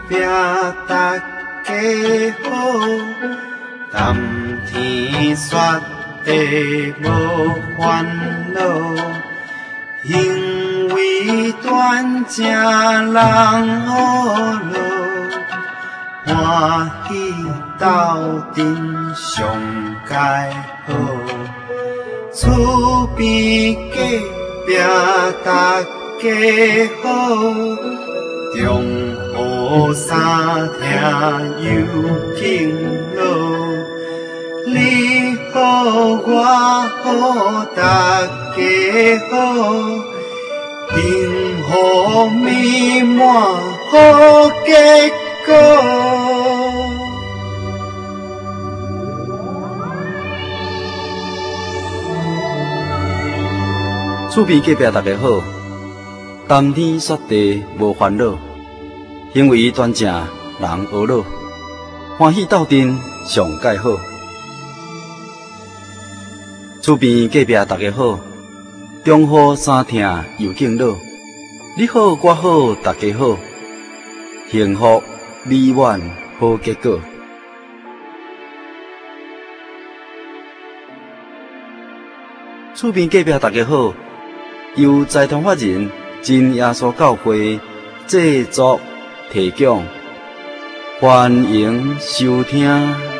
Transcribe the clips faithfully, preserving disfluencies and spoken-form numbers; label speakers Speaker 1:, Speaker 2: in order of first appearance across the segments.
Speaker 1: 壁大家好，谈天说地无烦恼，因为断正人好路，欢喜斗阵上佳好，厝边隔壁大家好，中好三听有敬老，你好我好大家好，幸福美满好结果。
Speaker 2: 厝边隔壁大家好，谈天说地无烦恼，行为端正人学老，欢喜斗阵上介好。厝边隔壁大家好，中好三听又敬老，你好我好大家好，幸福美满好结果。厝边隔壁大家好，由财团法人真耶稣教会制作提供，欢迎收听。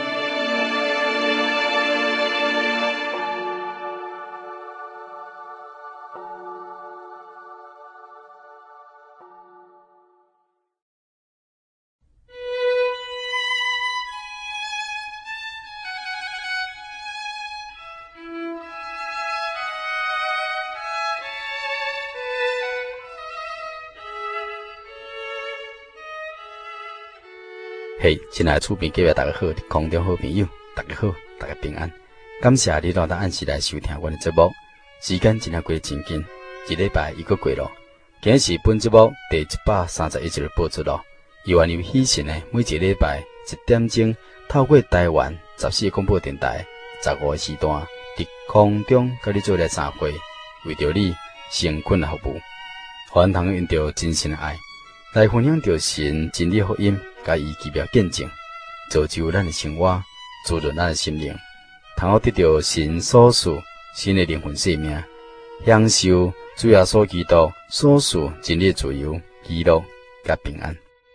Speaker 2: 嘿，亲爱的厝边隔壁大家好，空中好朋友，大家好，大家平安。感谢你让咱按时来收听阮的节目。时间真啊过真紧，一礼拜一个过咯。今日是本节目第一百三十一集的播出咯。由原有喜讯的每一个礼拜一点钟，透过台湾十四个广播电台十五个时段，伫空中甲你做来相会，为着你诚恳的服务，互咱通用着真心的爱来分享着神真理福音。甲伊奇妙见证，造就咱的生活，滋润咱的心灵，通好得到神所赐新的灵魂生命，享受主耶稣基督所赐真理自由、喜乐甲平安。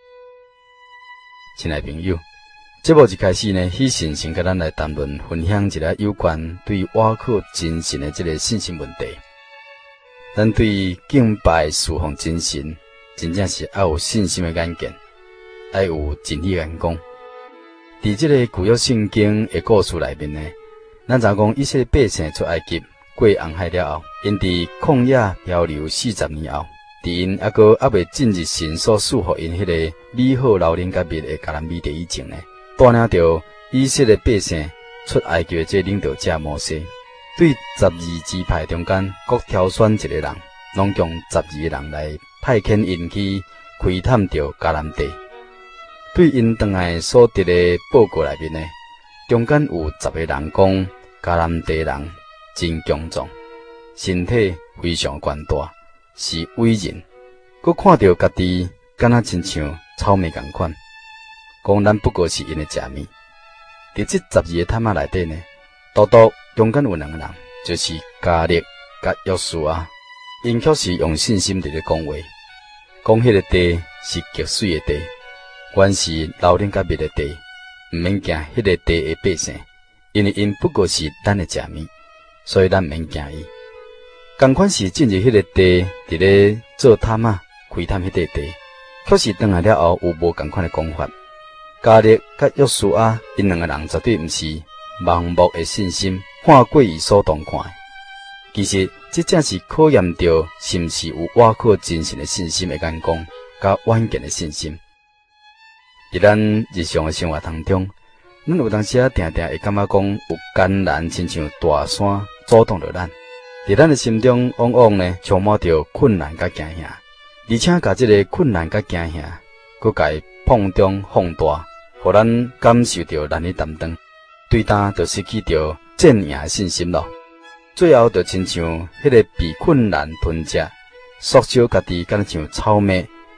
Speaker 2: 亲爱的朋友，节目一开始呢，喜神先甲咱来谈论分享一下有关对倚靠真神的这个信心问题。咱对敬拜侍奉真神，真正是要有信心的眼界。爱有真理眼光。伫这个旧约圣经的故事内面呢，咱知讲以色列百姓出埃及过红海了后，因伫旷野漂流四十年后，伫因还阁还未进入神所赐予因迄个美好老人甲蜜的迦南美地以前呢，带领着以色列百姓出埃及的这领导者摩西，对十二支派中间各挑选一个人，拢将十二个人来派遣因去开探着迦南地。对因当来所得的报告内面呢，中间有十个人讲迦南地人真强壮，身体非常悬大，是伟人。佮看到家己敢若亲像草莓同款，讲咱不过是因的食物。伫这十二个探仔内底呢，独独中间有两个人，就是迦勒甲约书亚，因却是用信心伫咧讲话，讲迄个地是极水的地。原是老人甲蜜的地，毋免惊迄个地的百姓，因为因不过是咱的食物，所以咱毋免惊伊。同款是进入迄个地，伫咧做探仔开探迄个地，却是转来了后有无同款的讲法。迦勒甲约书亚，因两个人绝对毋是盲目的信心，看过伊所当看的。其实这正是考验着是毋是有倚靠真神的信心的眼光，甲稳健的信心。伫咱日常的生活当中，咱有当时啊，定定会感觉讲有艰难，亲像大山阻挡着咱。伫咱的心中，往往呢充满着困难甲惊吓，而且甲这个困难甲惊吓，佮甲伊碰中放大，互咱感受着难以担当，对呾就失去着战赢的信心咯。最后就亲像迄个被困难吞食，缩小家己，敢若像草莓，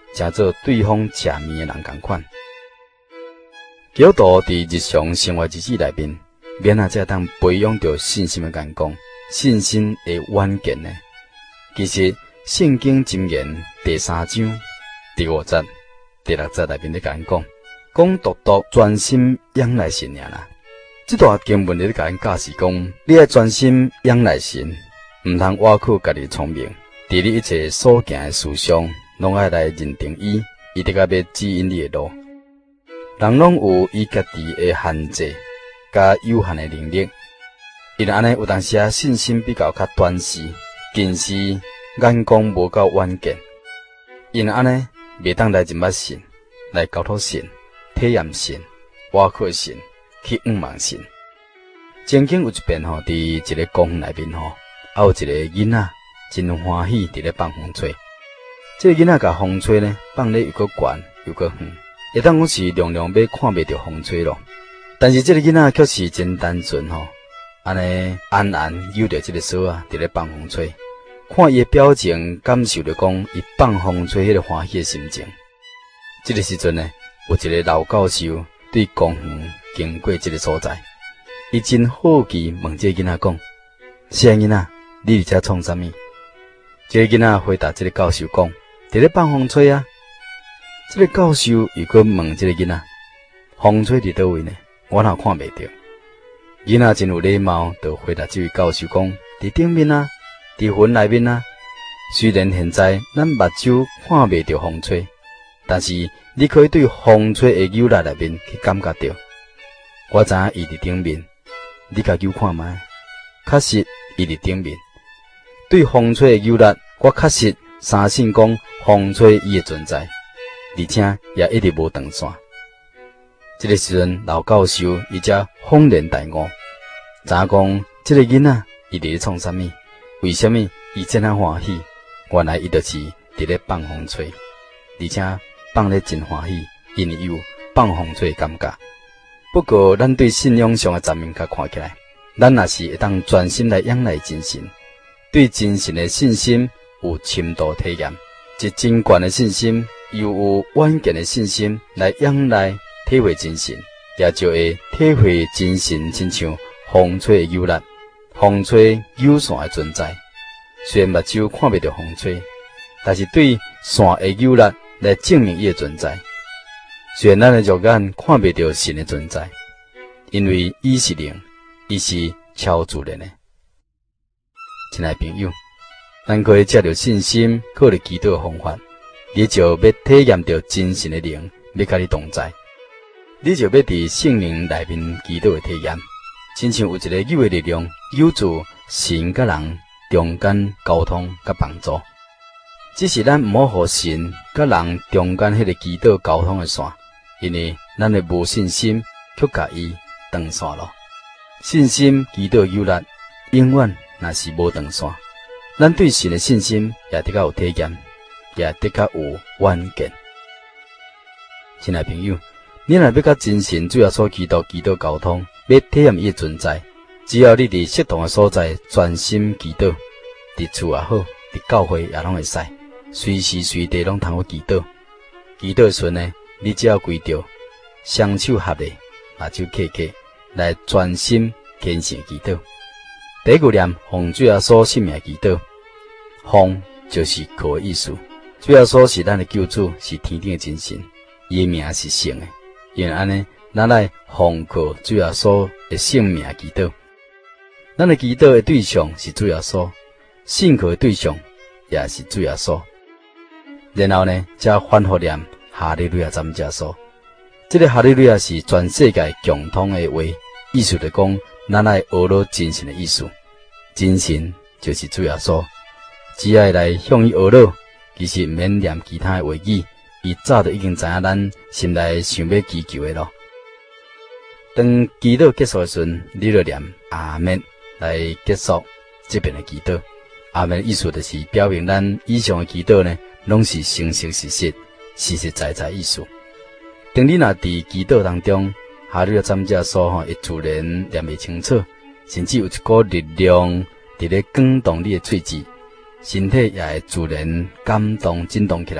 Speaker 2: 诚做对方食面的人同款。基督徒伫日常生活之事内面，免啊才当培养着信心的眼光，信心的稳健呢。其实圣经箴言第三章第五节、第六节内面咧甲咱讲，讲独独专心仰赖神尔啦。这段经文咧甲咱教示讲，你要专心仰赖神，毋通挖苦家己的聪明，伫你一切所行的事上，拢爱来认定伊，伊得甲要指引你的路。人拢有伊家己的限制，甲有限的能力，因为安尼有当时啊信心比较较短视，近视眼光无够稳健，因为安尼袂当来认捌神，来交托神，体验神，挖苦神，去仰望神。曾经有一遍吼，伫一个公园内面吼，还有一个囡仔真欢喜伫咧放风吹。这个囡仔甲风吹呢放咧又个悬又个远。会当讲是凉凉要看袂着风吹咯，但是这个囡仔却是真单纯吼，安尼安安扭着这个手啊，伫咧放风吹，看伊的表情，感受着讲伊放风吹迄个欢喜的心情。这个时阵呢，有一个老教授对公园经过这个所在，伊真好奇问这个囡仔讲：“是啊，囡仔，你伫遮创啥物？”这个囡仔回答这个教授讲：“伫咧放风吹啊。”这个教授又搁问这个囡仔：“风吹伫倒位呢？我哪看袂着？”囡仔真有礼貌，就回答这位教授讲：“伫顶面啊，伫云内面啊。虽然现在咱目睭看袂着风吹，但是你可以对风吹的扭力内面去感觉到。我知影伊伫顶面，你甲扭看觅，确实伊伫顶面。对风吹的扭力，我确实相信讲风吹伊的存在。”而且也一直无断线。这个时阵，老教授伊才恍然大悟，知影讲这个囡仔伊伫咧创啥物？为什么伊这样欢喜？原来伊就是伫咧放风吹，而且放咧真欢喜，因为有放风吹的感觉。不过，咱对信仰上的层面较看起来，咱也是会当专心来仰赖真神，对真神的信心有深度体验，一真悬的信心。又有稳健的信心来仰赖体会真神，也就会体会真神亲像风吹的扭力、风吹扭线的存在。虽然目睭看袂到风吹，但是对线的扭力来证明伊的存在。虽然咱的肉眼看袂到神的存在，因为伊是灵，伊是超自然的。亲爱的朋友，咱可以借着信心，靠着祈祷的方法。你就要体验到真神的灵，要甲你同在。你就要伫圣灵内面祈祷的体验，亲像有一个有的力量，有助神甲人中间沟通甲帮助。只是咱毋好互神甲人中间迄个祈祷沟通的线，因为咱的无信心，却甲伊断线咯。信心祈祷有力，永远若是无断线。咱对神的信心也得较有体验。也的确有稳健。亲爱朋友，你若要甲真神主要所祈祷祈祷沟通，要体验伊的存在，只要你伫适当的所在专心祈祷，伫厝也好，伫教会也拢会使，随时随地拢通好祈祷。祈祷时呢，你只要跪着，双手合咧，目睭闭起，来专心虔诚祈祷。第一句念奉主要所圣名祈祷，奉就是靠的意思。主要说是咱的救主，是天顶的真神，伊的名是圣的。因为安尼，咱来奉靠主要说的圣名祈祷。咱的祈祷的对象是主要说，信靠的对象也是主要说。然后呢，才反复念哈利路亚赞美说。这个哈利路亚是全世界共通的话，意思就讲，咱来学罗真神的意思。真神就是主要说，只要来向伊学罗。其实毋免念其他的话语，伊早就已经知影咱心内想要祈求的咯。当祈祷结束的时阵，你就念阿们来结束这边的祈祷。阿们的意思就是表明咱以上的祈祷呢，拢是诚实实实、实实在在意思。当你若伫祈祷当中，哈利路亚赞美所吼，会自然念袂清楚，甚至有一股力量伫咧感动你的喙齿。身体也会自然感动震动起来，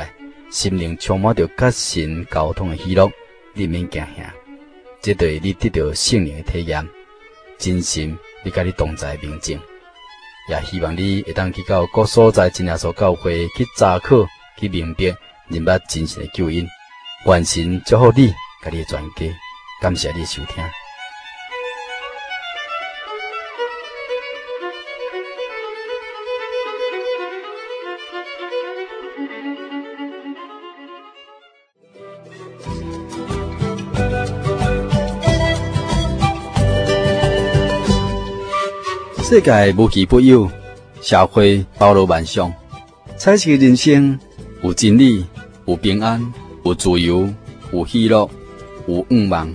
Speaker 2: 心灵充满着甲神交通的喜乐，你免惊吓，这对你得到圣灵的体验，真心你甲你同在的明证。也希望你会当去到各所在真耶稣教会去查考，去明白认捌真神的救恩。愿神祝福你，甲你的全家。感谢你的收听。世界无奇不有，社会包罗万象，彩色人生有真理，有平安，有自由，有喜乐，有愿望。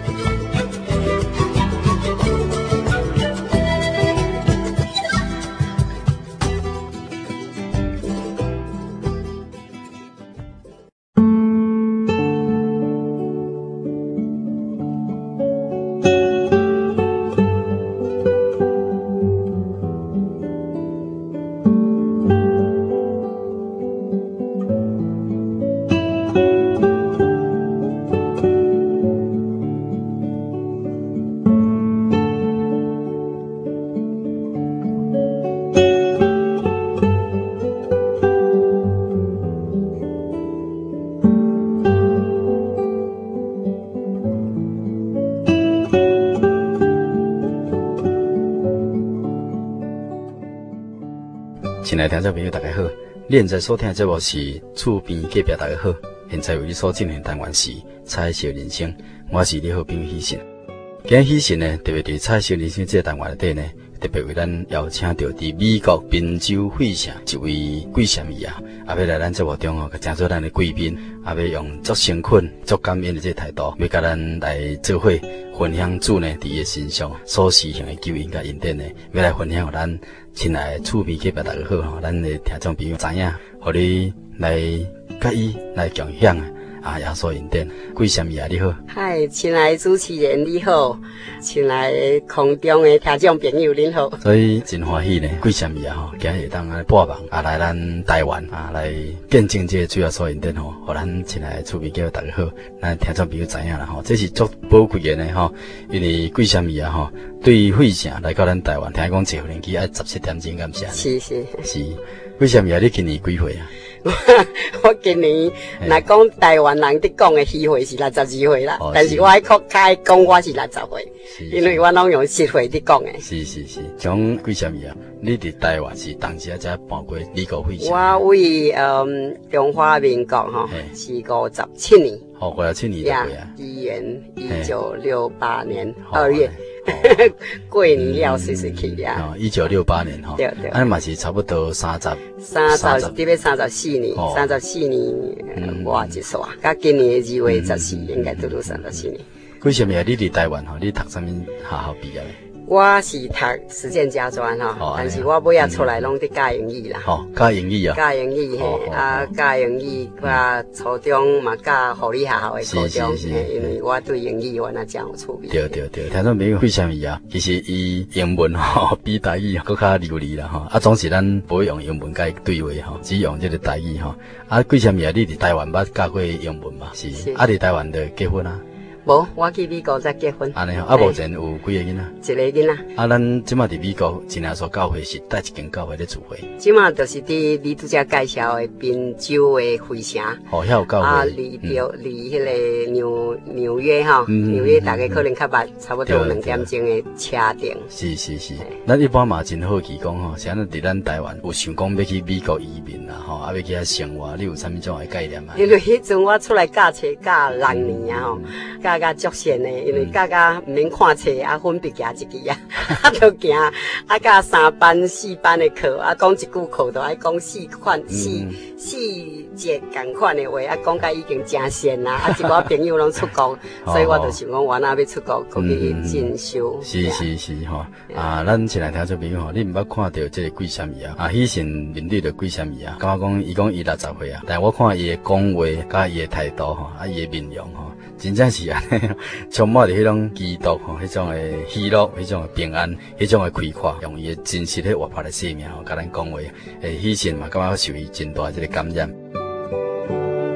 Speaker 2: 亲爱的听众朋友，大家好！你现在所听的节目是《厝边隔壁》，大家好。现在为你所进行单元是《彩色人生》，我是你好朋友喜信。今日喜信呢，特别伫《彩色人生》这个单元内底呢，特别为咱邀请到伫美国宾州会社一位贵善义啊，也要来咱节目中哦，请做咱的贵宾，也要用足诚恳、足感恩的这个态度，要甲咱来做伙分享主呢伫伊身上所实行的救恩甲恩典呢，要来分享给咱亲爱的厝边隔壁大家好吼，咱的听众朋友知影，互你来甲伊来共享啊，耶稣恩典。贵善义啊，你好。
Speaker 3: 嗨，亲爱的主持人你好，亲爱的空中的听众朋友你好。
Speaker 2: 所以真欢喜呢，贵善义啊吼，今日会当来播放啊来咱台湾啊来见证这个主耶稣恩典吼，互咱亲爱的厝边隔壁大家好，咱听众朋友知影啦吼，这是足宝贵的呢吼，因为贵善义啊吼，对会社来到咱台湾，听讲坐飞机要十七点钟，敢是？
Speaker 3: 是是
Speaker 2: 是。为什么啊？你今年几岁啊？
Speaker 3: 我今年若讲台湾人伫讲的虚岁是六十二岁啦，哦、但是我爱国开讲我是六十岁，因为我拢用实岁伫讲的。
Speaker 2: 是是是，从为什么啊？你伫台湾是当时啊才搬过美国会社？
Speaker 3: 我为嗯中华民国吼是五十七年。
Speaker 2: 哦，五十七年就过啊。
Speaker 3: 一元一九六八年二月。过年了，随随去了。
Speaker 2: 一九六八年哈，
Speaker 3: 对对，
Speaker 2: 安嘛是差不多三十，
Speaker 3: 三十，这边三十四年，三十四年我一岁，甲今年的二月十四，应该都都三十四年。
Speaker 2: 为什么啊？你伫台湾吼，你读什么学校毕业的？
Speaker 3: 我是读实践家专吼，但是我尾仔出来拢伫教英语啦。
Speaker 2: 哦，教英语啊？
Speaker 3: 教英语嘿，啊教英语，我初中嘛教护理学校的高中，因为我对英语我那真有趣味。
Speaker 2: 对对对，听众朋友为什么啊？其实伊英文吼比台语更较流利啦吼，啊总是咱不会用英文甲伊对话吼，只用这个台语吼。啊为什么啊？你伫台湾捌教过英文嘛？是，啊伫台湾就结婚啊？
Speaker 3: 无，我去美国才结婚。
Speaker 2: 安尼吼，啊目前有几个囡仔？
Speaker 3: 一个囡仔。
Speaker 2: 啊，咱即马伫美国真耶稣教会是带一间教会咧聚会。
Speaker 3: 即马就是伫你拄则介绍的宾州的会城。
Speaker 2: 哦，遐有教会。
Speaker 3: 啊，离着离迄个纽纽约吼，纽约大概可能较捌，差不多两点钟的车程。
Speaker 2: 是是是，咱一般嘛真好奇讲吼，像咱伫咱台湾有想讲要去美国移民啦吼，啊要去遐生活，你有啥物种的概念啊？
Speaker 3: 因为迄阵我出来教册教六年啊吼，教教足线的，因为教教毋免看册啊，粉笔夹一支啊，啊就行啊教三班四班的课啊，讲一句课都爱讲四款四四节共款的话，啊讲甲已经真线啦，啊一寡朋友拢出国，所以我就想讲我若要出国，可去进修。
Speaker 2: 是是是吼，啊，咱前来听做朋友吼，你毋捌看到这个贵什么啊？啊，喜信面对着贵什么啊？感觉讲伊讲伊六十岁啊，但我看伊的讲话甲伊的态度吼，啊伊的面容吼。真正是啊，充满着迄种基督吼，迄种诶喜乐，迄种诶平安，迄种诶开阔，用伊诶真实诶活泼诶生命吼，甲咱讲话，诶，喜信嘛，感觉受伊真大即个感染。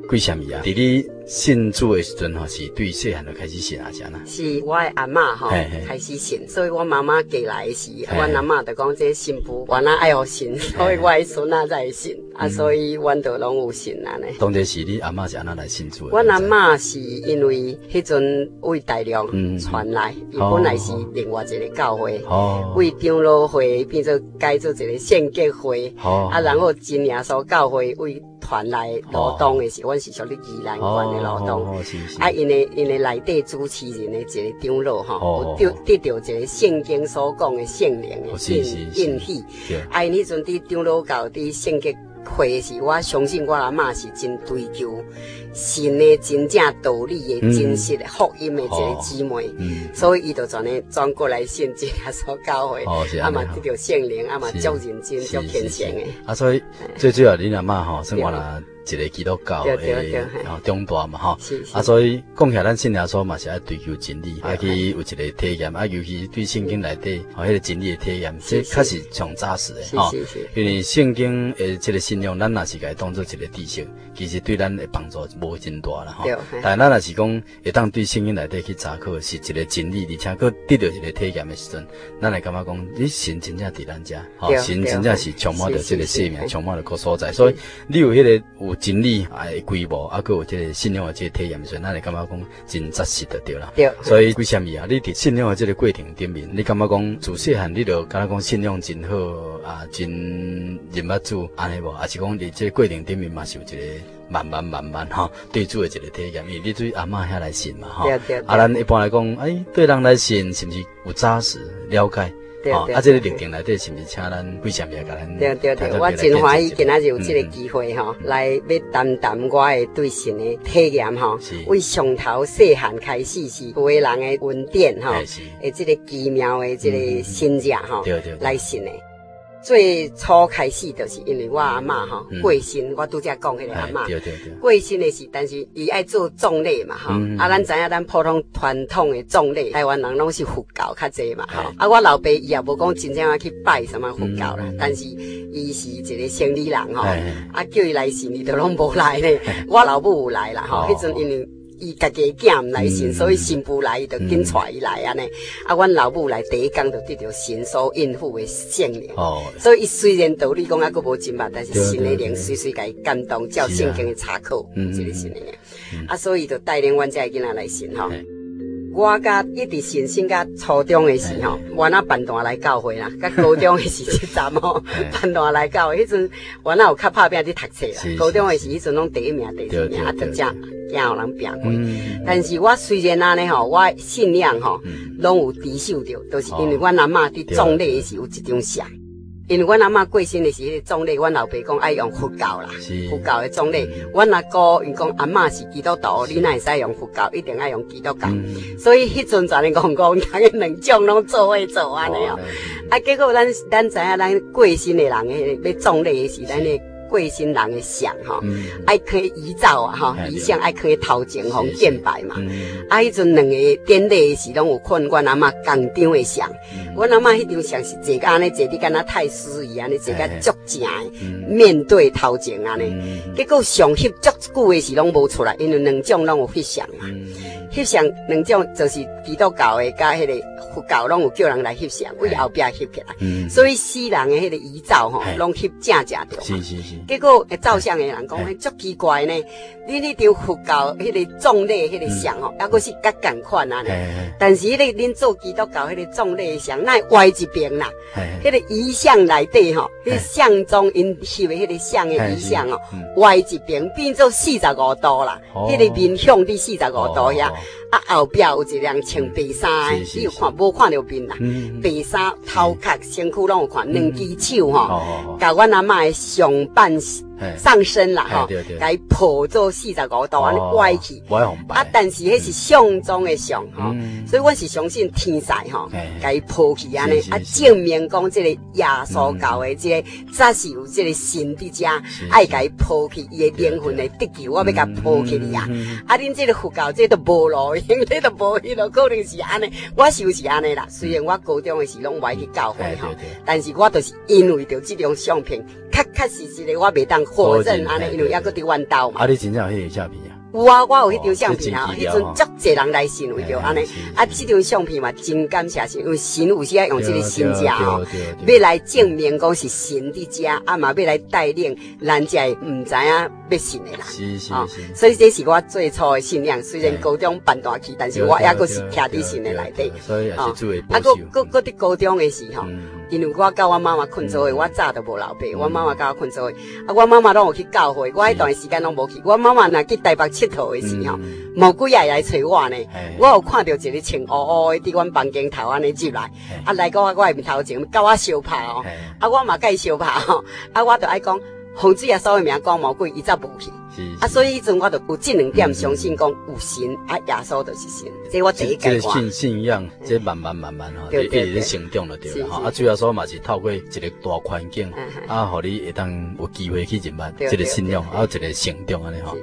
Speaker 2: 为什么啊？伫你信主的时阵吼，是对细汉就开始信啊，是安那？
Speaker 3: 是我的阿嬷吼开始信，所以我妈妈过来的时，阮阿嬷就讲这新妇原来爱互信，所以我的孙仔才会信，啊，所以阮就拢有信安尼。
Speaker 2: 当时是你阿嬷是安那来信主的？
Speaker 3: 阮阿嬷是因为迄阵为大陆传来，伊本来是另外一个教会，为长老会变做改做一个献结会，啊，然后真耶稣教会为传来罗东的时，阮是属于宜兰县的罗东，啊，因为因为内底主持人的一个长老吼，有得得到一个圣经所讲的圣灵的应应许，啊，因迄阵伫长老教伫圣结会时，我相信我阿嬷是真追求神的真正道理的真实的福音的一个姊妹，所以伊就转呢转过来信主耶稣教会，啊嘛得到圣灵，啊嘛足认真足虔诚的。
Speaker 2: 啊，所以最主要你阿嬷吼，算我啦一个基督教的哦中大嘛吼，啊，所以讲起来咱信耶稣嘛是爱追求真理，啊去有一个体验，啊，尤其对圣经内底吼迄个真理的体验，这确实上扎实的吼。因为圣经的这个信仰，咱若是甲伊当做一个知识，其实对咱的帮助无真大啦吼。但咱若是讲会当对圣经内底去查考，是一个真理，而且佫得到一个体验的时阵，咱会感觉讲，你神真正伫咱遮，吼，神真正是充满着这个生命，充满着个所在，所以你有迄个有真理哎规模，啊，佮有这个信仰的这个体验，所以咱会感觉讲真扎实就对啦。对。所以为什么啊？你伫信仰的这个过程顶面，你感觉讲自细汉你就感觉讲信仰真好啊，真认捌主安尼无？还是讲伫这个过程顶面嘛是有一个慢慢慢慢吼对主的一个体验？因为你对阿嬷遐来信嘛吼。对对。啊，咱一般来讲，哎，对人来信是不是有扎实了解？对对，啊，这个历程内底是毋是请咱为什么要甲咱？对对对，我真欢喜今仔日有这个机会吼，来要谈谈我的对神的体验吼。为上头细汉开始是有个人的恩典吼，诶，这个奇妙的这个信者吼，来信的。最初开始就是因为我阿嬷吼过身，我拄则讲迄个阿嬷过身的是，但是伊爱做葬礼嘛吼，啊，咱知影咱普通传统的葬礼，台湾人拢是佛教较济嘛吼，啊，我老爸伊也无讲真正要去拜什么佛教啦，但是伊是一个生理人吼，啊，叫伊来信伊都拢无来呢，我老母有来啦吼，迄阵因为。伊家己囝毋来信，所以新妇来伊就紧带伊来安尼。啊，阮老母来第一工就得到神所应付的圣灵。哦。所以伊虽然道理讲啊，佫无真捌，但是神的灵随随甲伊感动，照圣经的查考，即个神的灵。啊，所以就带领阮遮个囡仔来信吼。我甲一直信信甲初中的时吼，我那办段来教会啦，甲高中的时即站吼，办段来教会。迄阵我那有较拍拼伫读册啦，高中的时迄阵拢第一名、第二名，啊，就遮。惊有人拼过，嗯、但是我虽然安尼吼，我信仰吼，拢、嗯、有持守着，都、就是因为阮阿嬷伫葬礼时有一张像，因为阮阿嬷过身的时，迄个葬礼，阮老爸讲爱用佛教啦，佛教的葬礼。阮阿哥因讲阿嬷是基督徒，你哪会使用佛教，一定爱用基督教。嗯、所以迄阵全咧讲讲，大家两种拢做伙做安尼哦。啊，结果咱咱知影咱过身的人诶，要葬礼的时，咱咧。过身人的像吼，爱可以遗照啊吼，遗像爱可以头前互见拜嘛。啊，迄阵两个典礼时拢有看阮阿嬷工张的像，阮阿嬷迄张像是坐甲安尼坐伫敢若太师椅安尼坐甲足正的，面对头前安尼。结果上翕足久的时拢无出来，因为两种拢有翕相嘛。翕相两种就是基督教的甲迄个佛教拢有叫人来翕相，为后壁翕起来，所以死人的迄个遗照吼，拢翕正正着。是是是。结果照相的人讲，迄足奇怪呢。你迄张佛教迄个葬礼迄个像吼，抑阁是甲共款啊呢。但是迄个恁做基督教迄个葬礼的像，那歪一边啦。迄个遗像内底吼，迄个像中因翕的迄个像的遗像哦，歪一边变做四十五度啦。迄个面向伫四十五度遐。啊，后壁有一个人穿白衫，你有看无看到面啦？白衫头壳身躯拢有看，两只手吼，甲阮阿嬷的上半上身啦吼，甲伊抱做四十五度安尼歪去。啊，但是迄是相中的相吼，所以阮是相信天使吼，甲伊抱去安尼，啊证明讲这个耶稣教的这个早是有这个神伫遮，爱甲伊抱去，伊的灵魂的得救，我要甲抱起你啊！啊，恁这个佛教这都无路。因为都无迄落，可能是安尼，我就是安尼啦。虽然我高中的时拢袂去教会吼，但是我就是因为着这张相片，确确实实的我袂当
Speaker 3: 火刃安尼，因为抑搁伫阮兜嘛。
Speaker 2: 啊，你真正有迄个相片啊？
Speaker 3: 有啊，我有迄张相片啊，迄阵足侪人来信为着安尼。啊，即张相片嘛，真感谢神，因为神有时啊用即个神者吼，要来证明讲是神伫遮，啊嘛要来带领咱才毋知影要信的人。
Speaker 2: 是是是。
Speaker 3: 所以这是我最初的信仰，虽然高中办大去，但是我抑搁是徛伫神的内底。
Speaker 2: 所以也是主的保
Speaker 3: 啊，
Speaker 2: 守。
Speaker 3: 搁搁搁伫高中的时候。因为我甲我妈妈困做伙，我早都无老爸，我妈妈甲我困做伙，啊，我妈妈拢有去教会，我迄段时间拢无去。我妈妈若去台北佚佗的时候，无几日来找我呢。我有看到一个穿乌乌的伫阮房间头安尼入来，啊，来到我我面头前，甲我相拍哦，啊，我嘛甲伊相拍哦，啊，我就爱讲。洪水耶稣的名讲魔鬼，伊则无去。啊，所以迄阵我就有这两点相信讲有神，啊，耶稣就是神。这我第一阶段。这个信
Speaker 2: 信仰，这慢慢慢慢吼，就一直在成长了对了吼。啊，主要说嘛是透过一个大环境，啊，互你会当有机会去认识这个信仰，还有一个成长安尼吼。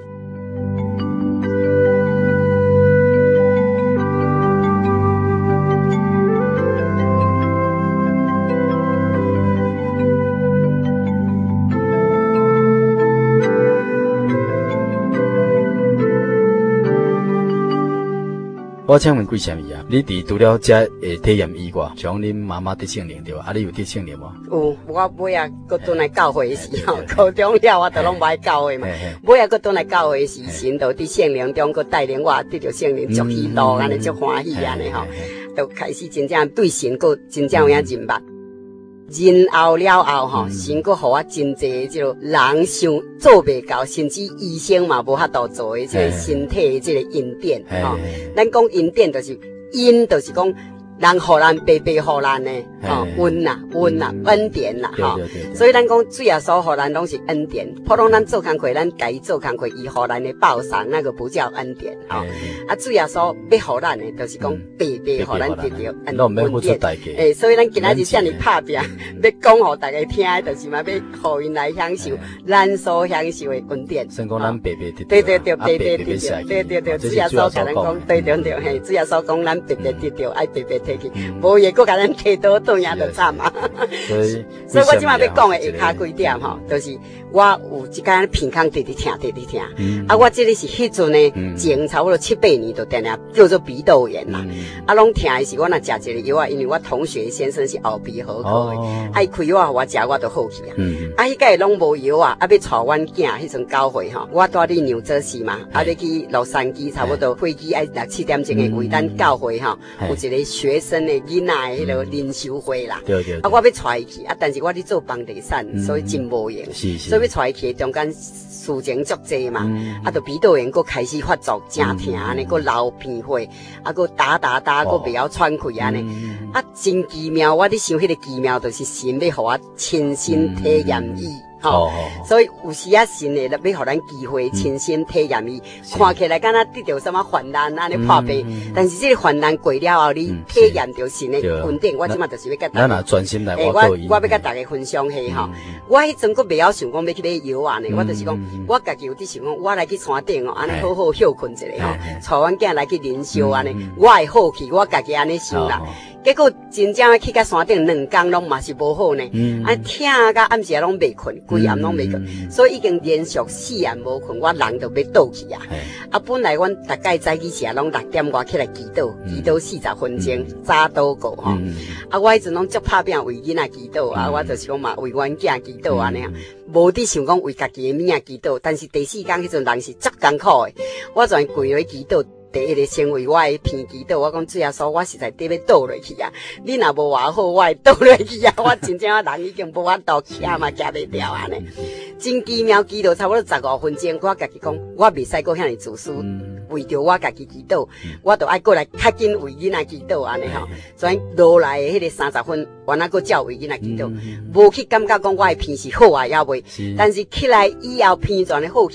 Speaker 2: 我请问贵什么啊？你伫除了这诶体验以外，像恁妈妈得圣灵对吧？啊，你有得圣灵无？
Speaker 3: 有，我尾啊，搁转来教会的时候，高中了我都拢无爱教会嘛。尾啊，搁转来教会的时，神就伫圣灵中搁带领我得到圣灵，足喜乐安尼，足欢喜安尼吼，就开始真正对神搁真正有影认捌。然后了后吼，神搁互我真济即个人想做袂到，甚至医生嘛无法度做的即个身体的即个恩典吼。咱讲恩典就是恩，就是讲人互咱白白互咱的吼恩呐恩呐恩典呐吼。所以咱讲主耶稣互咱拢是恩典，普通咱做工课，咱家己做工课，伊互咱的报偿那个不叫恩典吼。啊，主耶稣要互咱的，就是讲白白互咱得到恩典。诶，所以咱今仔日遮尔拍拼，要讲互大家听的，就是嘛要互因来享受咱所享受的恩典。
Speaker 2: 先讲咱白白得到，
Speaker 3: 对对对，白白得到，对对对，主耶稣甲咱讲，对对对，嘿，主耶稣讲咱白白得到，爱白白摕去，无嘢搁甲咱摕倒倒也就惨啊。
Speaker 2: 所以，
Speaker 3: 所以我即马要讲的下骹几点吼，就是我有一间鼻孔直直疼，直直疼。啊，我这里是迄阵呢，前差不多七八年就定定叫做鼻窦炎啦。啊，拢疼的是我若食一个药啊，因为我同学先生是后鼻喉科的，啊，伊开药互我食，我就好去啊。啊，迄个拢无药啊，啊，要带阮囝迄阵教会吼，我住伫纽泽西嘛，啊，要去洛杉矶，差不多飞机爱六七点钟的为咱教会吼，有一个学生的囡仔的迄个灵修会啦。对对。啊，我要带伊去，啊，但是我咧做房地产，所以真无用。是是。所以要带伊去中间事情足济嘛，啊，就鼻窦炎佫开始发作，真疼安尼，佫流鼻血，啊，佫打打打，佫袂晓喘气安尼，啊，真奇妙！我咧想迄个奇妙，就是神要互我亲身体验伊。吼，所以有时啊，神会要互咱机会亲身体验伊，看起来敢若得到什么患难安尼破病，但是这个患难过了后，你体验到神的恩典，我即马就是要甲大家，
Speaker 2: 咱若专心来，
Speaker 3: 我我要甲大家分享下吼。我迄阵佫袂晓想讲要去买药啊呢，我就是讲，我家己有伫想讲，我来去山顶哦，安尼好好休困一下吼，带阮囝来去灵修安尼，我会好去，我家己安尼想啦。结果真正去到山顶两工拢嘛是无好呢，啊，疼甲暗时拢袂困，规暗拢袂困，所以已经连续四暗无困，我人就要倒去啊。啊，本来阮大概早起时拢六点外起来祈祷，祈祷四十分钟，早祷告吼。啊，我迄阵拢足拍拼为囡仔祈祷啊，我就是讲嘛为阮囝祈祷安尼啊，无伫想讲为家己的物仔祈祷，但是第四天迄阵人是足艰苦的，我全跪落祈祷。第一个先为我的鼻祈祷，我讲主耶稣，我实在得要倒落去啊！你若无话好，我会倒落去啊！我真正人已经无法度徛嘛，徛袂掉安尼。真奇妙，祈祷差不多十五分钟，我家己讲，我袂使搁遐尼自私，为着我家己祈祷，我就爱过来较紧为囡仔祈祷安尼吼。所以落来的迄个三十分，我那个照为囡仔祈祷，无去感觉讲我的鼻是好啊，也袂。但是起来以后鼻全的好去呢。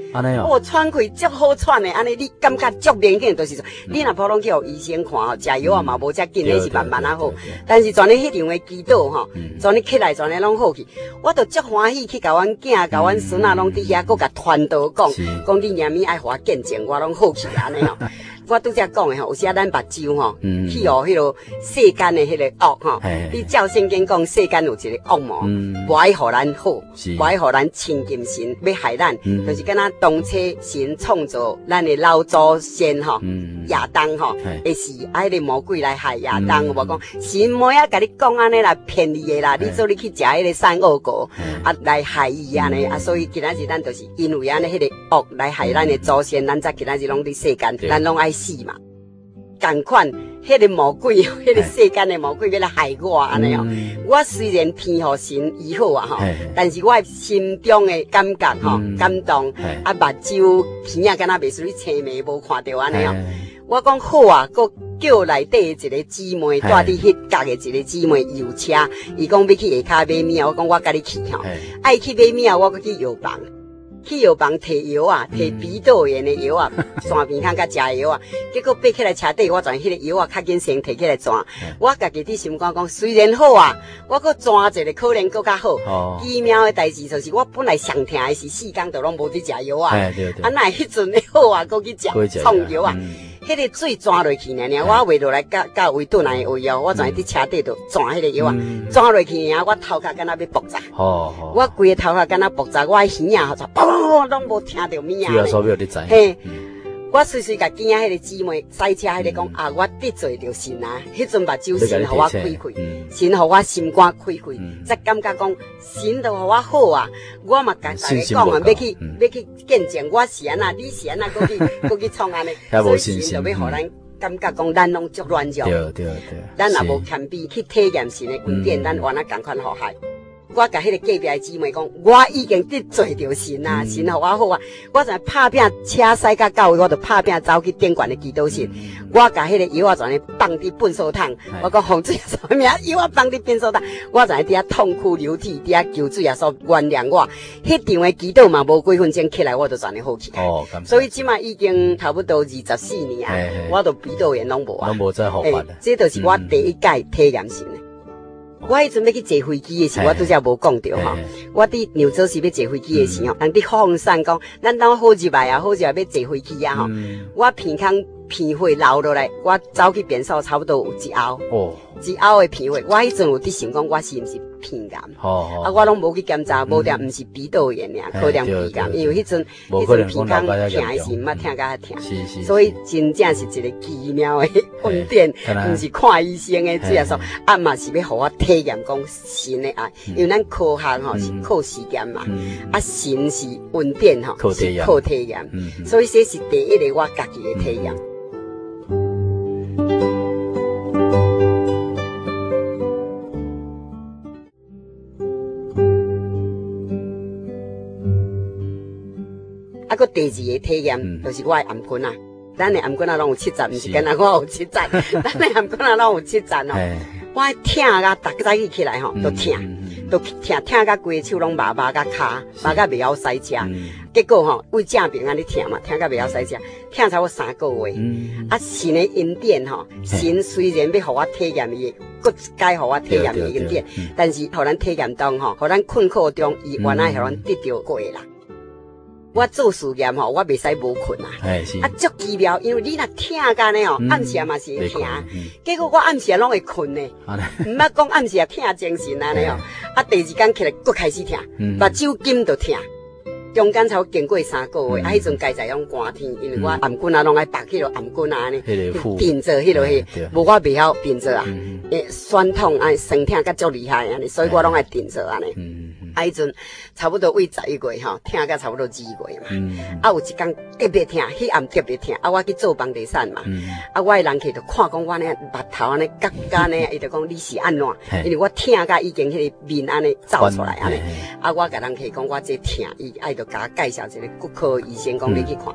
Speaker 2: 安尼哦，
Speaker 3: 哦，喘开足好喘的，安尼你感觉足明显，就是说，你若普通去互医生看吼，食药啊嘛无遮紧，迄是慢慢啊好。但是全日迄场的祈祷吼，全日起来全日拢好去，我都足欢喜去甲阮囝、甲阮孙仔拢伫遐，搁甲传道讲，讲你娘咪爱互我见证，我拢好去安尼吼。我拄则讲的吼，有时咱目睭吼，去互迄落世间的迄个恶吼，你照圣经讲，世间有一个恶魔，无爱互咱好，无爱互咱亲近神，要害咱，就是敢若当初神创造咱的老祖先吼，亚当吼，会是爱个魔鬼来害亚当，有无讲神无呀，甲你讲安尼啦，骗你的啦，你做你去食迄个善恶果，啊来害伊安尼，啊所以今仔日咱就是因为安尼迄个恶来害咱的祖先，咱才今仔日拢伫世间，咱拢爱死嘛。同款，迄个魔鬼，迄个世间的魔鬼要来害我安尼哦。我虽然天互神医好啊吼，但是我心中的感觉吼，感动，啊目睭鼻啊，敢若袂输你青眉无看到安尼哦。我讲好啊，佮叫内底一个姊妹带伫迄角的一个姊妹游车，伊讲要去下骹买面，我讲我甲你去吼，爱去买面我佮去药房。去药房摕药啊，摕鼻窦炎的药啊，山边康甲食药啊，结果爬起来车底，我全迄个药啊较紧先摕起来转。我家己伫心肝讲，虽然好啊，我搁转一个可能搁较好。奇妙的代志就是我本来上疼的是四工都拢无伫食药啊，啊那迄阵的好啊，搁去食创药啊。迄个水钻落去呢，我画落来甲甲维顿来位哦，我全伫车底度钻迄个药啊，钻落去呢，我头壳敢若要爆炸，我规个头壳敢若爆炸，我耳啊就砰拢无听到物啊。嘿，我随随甲囝仔迄个姊妹赛车迄个讲啊，我得罪着神啊，迄阵目睭神互我开开，神互我心肝开开，才感觉讲神都互我好啊，我嘛甲大家讲啊，要去要去见证我是安那，你是安那，搁去搁去创安尼，所以神就要互咱感觉讲咱拢足软弱，对对对，咱也无谦卑去体验神的恩典，咱原来共款好害。我甲迄个隔壁的姊妹讲，我已经得罪着神啊，神互我好啊！我就拍拼车驶到到位，我就拍拼走去电管的祈祷室。我甲迄个药啊，全咧放伫粪扫桶。我讲洪水什么名？药啊放伫粪扫桶，我就喺底下痛哭流涕，底下求水啊，说原谅我。迄场的祈祷嘛，无几分钟起来，我就全咧好起来。哦，所以即马已经差不多二十四年啊，我都鼻窦炎拢无啊，
Speaker 2: 拢无再好法了。
Speaker 3: 这就是我第一届体验神的。我迄阵要去坐飞机的时候，我拄则无讲到吼。我伫纽泽西要坐飞机的时候，人伫放散讲，咱当好入来啊，好入来要坐飞机啊吼。我鼻孔鼻血流落来，我走去便所差不多有一后，哦，一后的鼻血。我迄阵有伫想讲，我是毋是鼻癌？哦，啊，我拢无去检查，无定毋是鼻窦炎尔，可能鼻癌。因为迄阵迄阵鼻孔疼的是毋捌疼甲疼，所以真正是一个奇妙的恩典，毋是看医生的，主要说啊嘛是要互我体验讲神的爱，因为咱科学吼是靠实验嘛，啊神是恩典吼，是靠体验，所以这是第一个我家己的体验。啊，个第二个体验、嗯、就是我的颔棍啊，咱的颔棍啊拢有七层，毋是干那我有七层，咱的颔棍啊拢有七层哦。我疼啊，逐个早起起来吼，都疼，都疼，疼甲规手拢麻麻甲骹，麻甲袂晓驶车。结果吼，为正病安尼疼嘛，疼甲袂晓驶车，疼超过三个月。啊，神的恩典吼，神虽然要互我体验伊，搁该互我体验伊恩典，但是互咱体验当吼，互咱困苦中，伊原来互咱得到过啦。我做实验吼，我袂使无困啊，啊足奇妙，因为你若疼干呢哦，暗时嘛是会疼，结果我暗时拢会困呢，毋捌讲暗时也疼精神安尼哦，啊第二天起来搁开始疼，目睭筋就疼，中间才经过三个月，啊迄阵家在拢寒天，因为我颔棍啊拢爱拔起落颔棍啊安尼，并做迄落迄，无我袂晓并做啊，诶酸痛啊酸疼甲足厉害安尼，所以我拢爱并做安尼。啊，迄阵差不多为十一月吼，疼甲差不多二月嘛。嗯、啊，有一天特别疼，迄暗特别疼。啊，我去做房地产嘛。嗯、啊，我的人客就看讲我呢目头安尼角角呢，伊就讲你是安怎？因为我疼甲已经迄个面安尼走出来安尼。啊，我甲人客讲我这疼，伊爱就甲我介绍一个骨科医生讲你去看。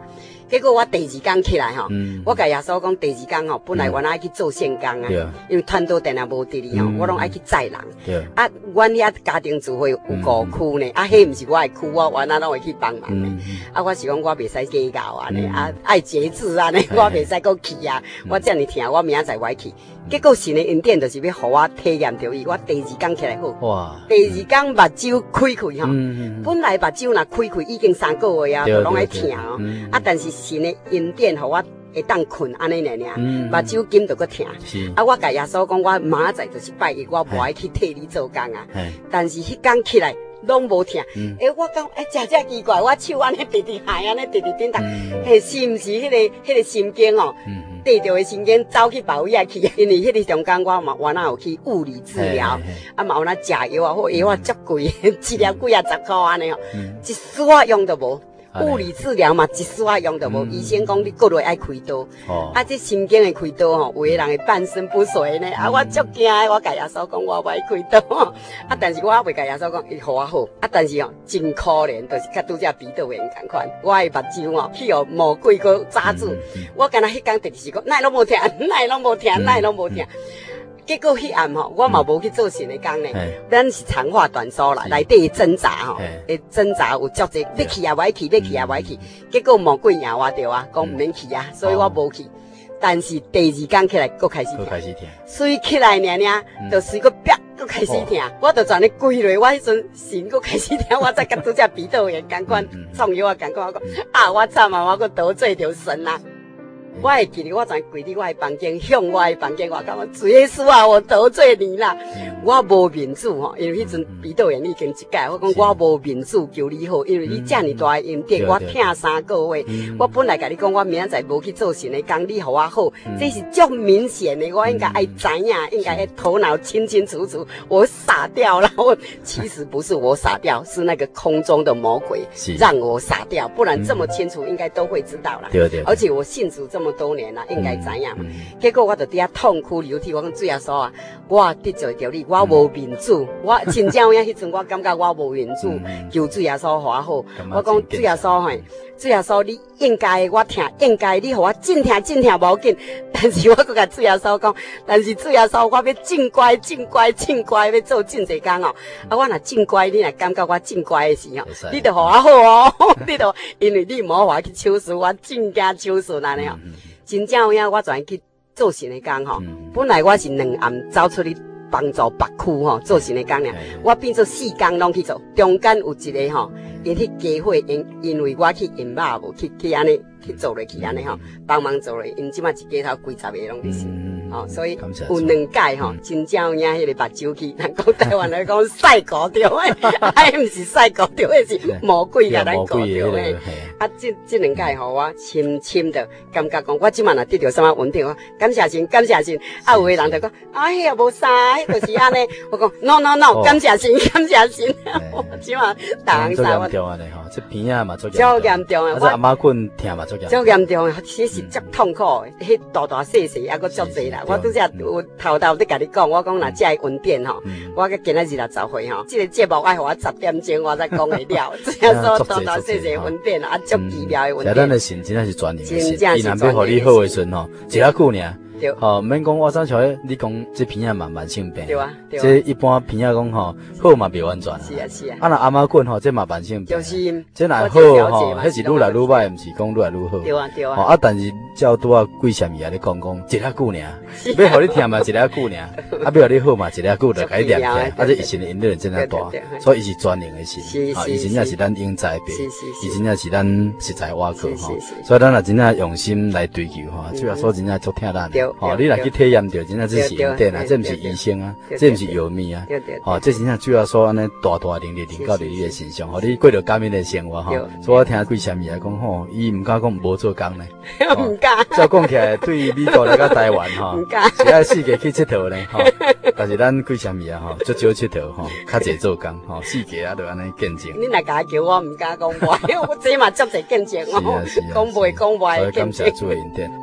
Speaker 3: 结果我第二天起来吼，
Speaker 2: 嗯
Speaker 3: 我甲耶稣讲第二天吼，本来我爱去做线工啊，因为团岛电啊无伫哩吼，我拢爱去载人。
Speaker 2: 对。
Speaker 3: 啊，阮遐家庭聚会有五区呢，啊，迄毋是我的区，我原来拢会去帮忙呢。啊，我是讲我袂使计较安尼，啊，爱节制安尼，我袂使搁去啊。我遮尔疼，我明仔载我去。结果神的恩典就是要互我体验到伊，我第二天起来好。哇！第二天目睭开开吼，本来目睭若开开已经三个月啊，都拢爱疼哦。啊，但是神的恩典互我会当困安尼尔尔，目睭紧就搁疼。啊，我甲耶稣讲，我明仔载就是拜一，我无爱去替你做工啊。但是迄天起来拢无疼。诶，我讲诶，真正奇怪，我手安尼直直海安尼直直顶头，嘿，是毋是迄个迄个心经哦？得着的神经走去别位啊去，因为迄个中间我嘛原来有去物理治疗，啊嘛有那食药啊，或药啊足贵，一粒几啊十块安尼哦，一丝用都无。物理治疗嘛，一丝用都无。医生讲你过来爱开刀，啊这神经的开刀吼，有个人会半身不遂呢。啊我足惊的，我甲耶稣讲我袂开刀，啊但是我袂甲耶稣讲伊互我好，啊但是哦真可怜，就是甲拄则鼻窦炎同款，我的目睭哦去哦魔鬼个扎住，我敢若迄天直直是讲，哪会拢无疼，哪会拢无疼，哪会拢无疼。结果迄暗吼，我嘛无去做神的工呢。咱是长话短说啦，内底挣扎吼，会挣扎有足济，要去也袂去，要去也袂去。结果魔鬼赢我着啊，讲毋免去啊，所以我无去。但是第二天起来，佫开始疼，开始疼，水起来尔尔，就水佫啪，佫开始疼。我就全咧跪落，我迄阵神佫开始疼，我再甲拄只鼻窦炎共款，创药啊共款，我讲啊，我惨啊，我佫得罪着神啊。我会记得我全跪伫我的房间，向我的房间我讲，主耶稣啊，我得罪你啦！我无面子吼，因为迄阵鼻窦炎已经一届，我讲我无面子求你好，因为你遮尔大的恩典，我疼三个月。我本来甲你讲，我明仔载无去做神的工，你互我好，这是足明显的，我应该爱知影，应该爱头脑清清楚楚。我傻掉了，我其实不是我傻掉，是那个空中的魔鬼让我傻掉，不然这么清楚应该都会知道啦。对对。而且我信主这么多年啦，应该知影嘛。结果我就伫遐痛哭流涕，我讲主耶稣啊，我得罪着你，我无面子，我真正有影迄阵，我感觉我无面子，求主耶稣互我好。我讲主耶稣嘿，主耶稣你应该我听，应该你互我真听真听无要紧。但是我搁甲主耶稣讲，但是主耶稣我要真乖真乖真乖，要做真济工哦。啊，我若真乖，你若感觉我真乖的时候，你着互我好哦，你着因为你无互我去手术，我真惊手术安尼哦。真正有影，我全去做神的工吼。本来我是两暗走出去帮助别区吼做神的工尔，我变做四工拢去做。中间有一个吼，因去家伙因因为我去因肉无去去安尼去做落去安尼吼，帮忙做落，因即马一家头几十个拢伫是。哦，所以有两届吼，真正有影迄个目睭去，咱讲台湾来讲晒过着诶，还毋是晒过着诶，是魔鬼甲咱过着诶。啊，即即两届吼，我深深的感觉讲，我即满若得到什么稳定，我感谢神，感谢神。啊，有诶人就讲，啊，迄也无啥，迄就是安尼。我讲 ，no no no，感谢神，感谢神。我即满大人啥我。足严重安尼吼，这鼻啊嘛足严重。足严重诶，我阿妈棍疼嘛足严重。足严重诶，其实足痛苦诶，迄大大细细还佫足济啦。我拄则有头头在甲你讲，我讲若遮个稳定吼，我个今仔日六十岁吼，这个节目爱互我十点钟我才讲会了。这样说大大细细稳定啊，足奇妙的稳定。咱的神真正是专业的神，伊若要互你好的时阵吼，一下久尔。对，吼，免讲我怎像你讲这鼻仔慢慢性病，对啊，对啊。这一般鼻仔讲吼，好嘛袂完全。是啊是啊。啊，若阿妈棍吼，这嘛慢性病。就是。这若好吼，迄是愈来愈歹，毋是讲愈来愈好。对啊对啊。吼啊，但是照拄啊几啥物啊咧讲讲，一下久尔，要互你听嘛一下久尔，啊，要互你好嘛一下久就甲你念起来，啊，这医生的引力真正大，所以伊是专业的神，啊，伊真正是咱应栽培，伊真正是咱实在挖课吼，所以咱若真正用心来追求吼，主要说真正足听咱。哦，你若去体验着，真正这是恩典啊，这毋是医生啊，这毋是药物啊，哦，这真正主要说安尼大大灵力临到伫你的身上，吼，你过着感恩的生活吼。所以我听几啥物来讲吼，伊毋敢讲无做工呢，毋敢。照讲起来，对美国来甲台湾吼，是爱世界去佚佗呢，吼。但是咱几啥物啊吼，足少佚佗吼，较侪做工吼，世界啊，就安尼见证。你若甲叫我毋敢讲话，我这嘛足侪见证哦，讲袂讲话的见证。感谢主的恩典。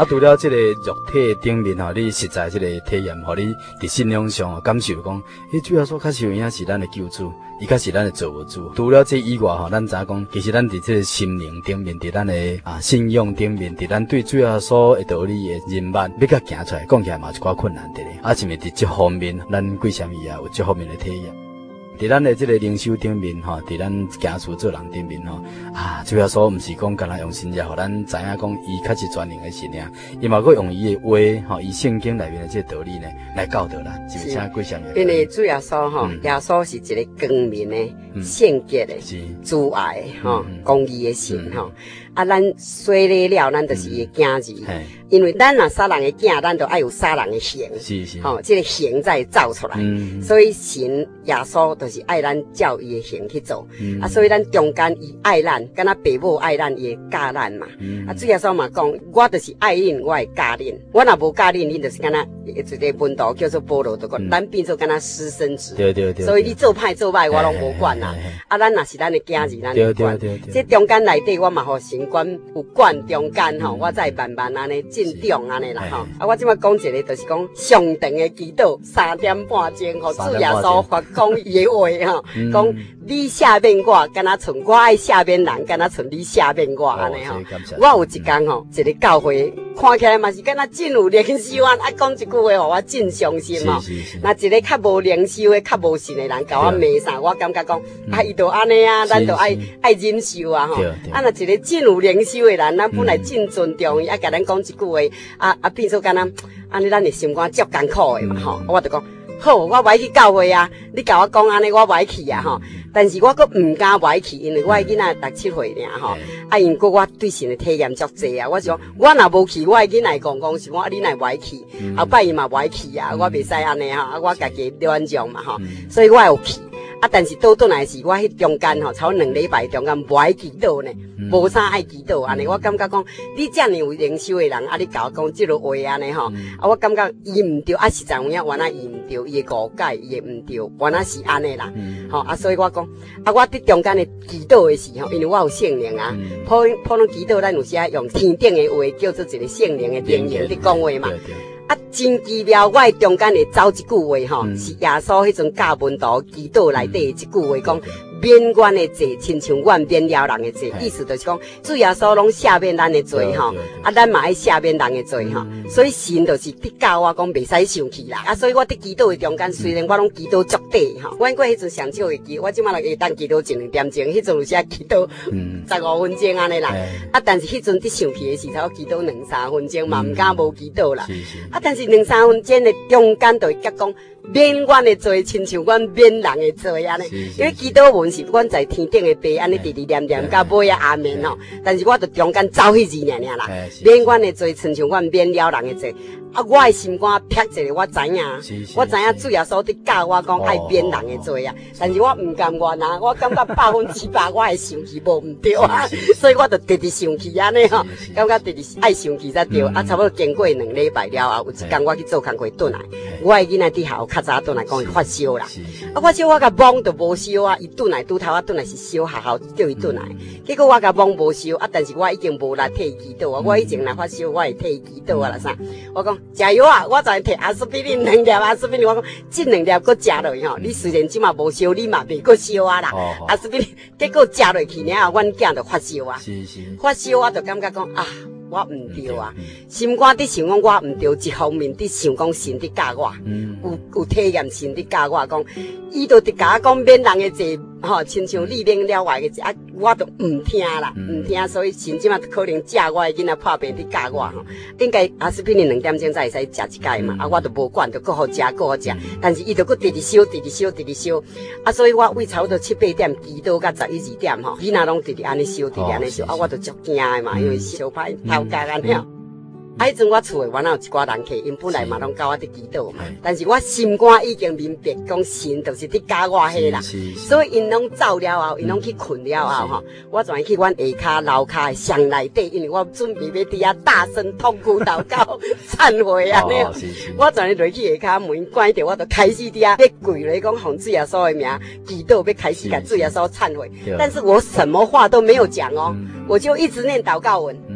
Speaker 2: 啊，除了这个肉体顶面吼，你实在这个体验，互你伫信仰上感受讲，迄主要说确实有影是咱的救主，伊确实咱的造物主。除了这以外吼，咱知影讲，其实咱伫这个心灵顶面，伫咱的啊信仰顶面，伫咱对主要说的道理的人脉，要甲行出来，讲起来嘛有一寡困难的咧。啊，是咪伫这方面，咱贵什么啊有这方面的体验？伫咱的这个灵修顶面吼，伫咱行事做人顶面吼，啊，主要说毋是讲干那用神业，互咱知影讲伊确实全能的神啊，伊嘛佫用伊的话吼，伊圣经内面的这个道理呢来教导咱，是毋是？请贵什么？
Speaker 3: 因为主耶稣吼，耶稣是一个光明的、圣洁的、慈爱的吼、公义的神吼。啊，咱洗礼了，咱就是伊的囝子。因为咱若杀人的囝，咱就爱有杀人的行。
Speaker 2: 是是。
Speaker 3: 吼，这个行才会造出来。所以神耶稣就是爱咱照伊的行去做。啊，所以咱中间伊爱咱，敢若爸母爱咱，伊会教咱嘛。啊，主耶稣嘛讲，我就是爱恁，我会教恁。我若无教恁，恁就是敢若一个门徒叫做保罗，就讲咱变做敢若私生子。对对对。所以你做歹做歹，我拢无管啦。啊，咱若是咱的囝子，咱会管。这中间内底，我嘛互神管有管中间吼，我才慢慢安尼进长安尼啦吼。啊，我即摆讲一个，就是讲上长的祈祷，三点半钟，互主耶稣发讲伊的话吼，讲你赦免我，敢若像我爱赦免人，敢若像你赦免我安尼吼。我有一工吼，一个教会看起来嘛是敢若真有灵修啊，啊讲一句话互我真伤心吼。那一个较无灵修的、较无信的人甲我骂啥，我感觉讲啊，伊就安尼啊，咱就爱爱忍受啊吼。啊，若一个真有灵修的人，咱本来真尊重伊，啊，甲咱讲一句话，啊啊，变做敢若安尼，咱的心肝足艰苦的嘛吼。我就讲好，我袂去教会啊，你甲我讲安尼，我袂去啊吼。但是我阁毋敢袂去，因为我的囡仔六七岁尔吼。啊，因过我对神的体验足济啊，我想我若无去，我的囡仔讲讲是我，你若袂去，后摆伊嘛袂去啊，我袂使安尼吼，啊，我家己软弱嘛吼，所以我有去。啊，但是倒转来是，我迄中间吼，超两礼拜中间无爱祈祷呢，无啥爱祈祷安尼。我感觉讲，你遮尔有灵修的人，啊，你甲我讲即落话安尼吼，啊，我感觉伊毋对，啊，实在有影，原来伊毋对，伊的误解，伊的毋对，原来是安尼啦。吼，啊，所以我讲，啊，我伫中间的祈祷的时候，因为我有圣灵啊，普普通祈祷，咱有时啊用天顶的话叫做一个圣灵的灵言伫讲话嘛。啊，真奇妙！我喺中间会走一句话吼，是耶稣迄阵教门徒祈祷内底一句话讲。免阮的罪，亲像阮免了人的罪，意思就是讲，主耶稣拢赦免咱的罪吼，啊，咱嘛爱赦免人的罪吼，所以神就是伫教我讲袂使生气啦，啊，所以我伫祈祷的中间，虽然我拢祈祷足短吼，我过迄阵上少会祈，我即马来会当祈祷一两点钟，迄阵有时啊祈祷十五分钟安尼啦，啊，但是迄阵伫生气的时候，祈祷两三分钟嘛，毋敢无祈祷啦，啊，但是两三分钟的中间就会甲讲。免阮的罪，亲像阮免人的罪安尼，因为祈祷文是阮在天顶的爸安尼直直念念到尾啊阿门吼，但是我著中间走迄字尔尔啦，免阮的罪，亲像阮免了人的罪。啊，我的心肝撇一个，我知影，我知影主耶稣伫教我讲爱免人的罪啊，但是我毋甘愿啊，我感觉百分之百我会生气无毋对啊，所以我著直直生气安尼吼，感觉直直爱生气才对。啊，差不多经过两礼拜了后，有一天我去做工课转来，我的囡仔伫校较早转来讲伊发烧啦，啊，发烧我甲懵都无烧啊，伊转来拄头我转来是烧学校叫伊转来，结果我甲懵无烧啊，但是我已经无力替伊祈祷啊，我以前若发烧我会替伊祈祷啊啦啥，我讲。加油啊！我昨摕阿司匹林两粒，阿司匹林我讲，这两粒搁食落去吼。你虽然即马无烧，你嘛袂搁烧啊啦。哦、阿司匹林结果食落去了后，阮囝就发烧啊。是是。发烧我就感觉讲啊，我毋对啊，心肝伫想讲我毋对，一方面伫想讲神伫教我，嗯、有有体验神伫教我讲，伊就伫甲我讲免人的罪。吼，亲像你免了我的啊，我都唔听啦，唔听，所以甚至嘛可能教我的囡仔破病伫教我吼，应该阿司匹林两点钟才会使食一盖嘛，啊，我都无管，就搁好食，搁好食，但是伊就搁直直烧，直直烧，直直烧，啊，所以我为差不多七八点祈祷到十一二点吼，囡仔拢直直安尼烧，直直安尼烧，啊，我就足惊的嘛，因为烧歹头家安尼。啊！迄阵我厝诶，原来有一寡人客，因本来嘛拢教我伫祈祷嘛，但是我心肝已经明白，讲神就是伫教我迄啦，所以因拢走了后，因拢去困了后吼，我就去阮下骹楼骹诶上内底，因为我准备要伫遐大声痛哭祷告忏悔安尼，我昨日落去下骹门关着，我就开始伫遐要跪咧，讲奉主耶稣诶名祈祷，要开始甲主耶稣忏悔，但是我什么话都没有讲哦，我就一直念祷告文。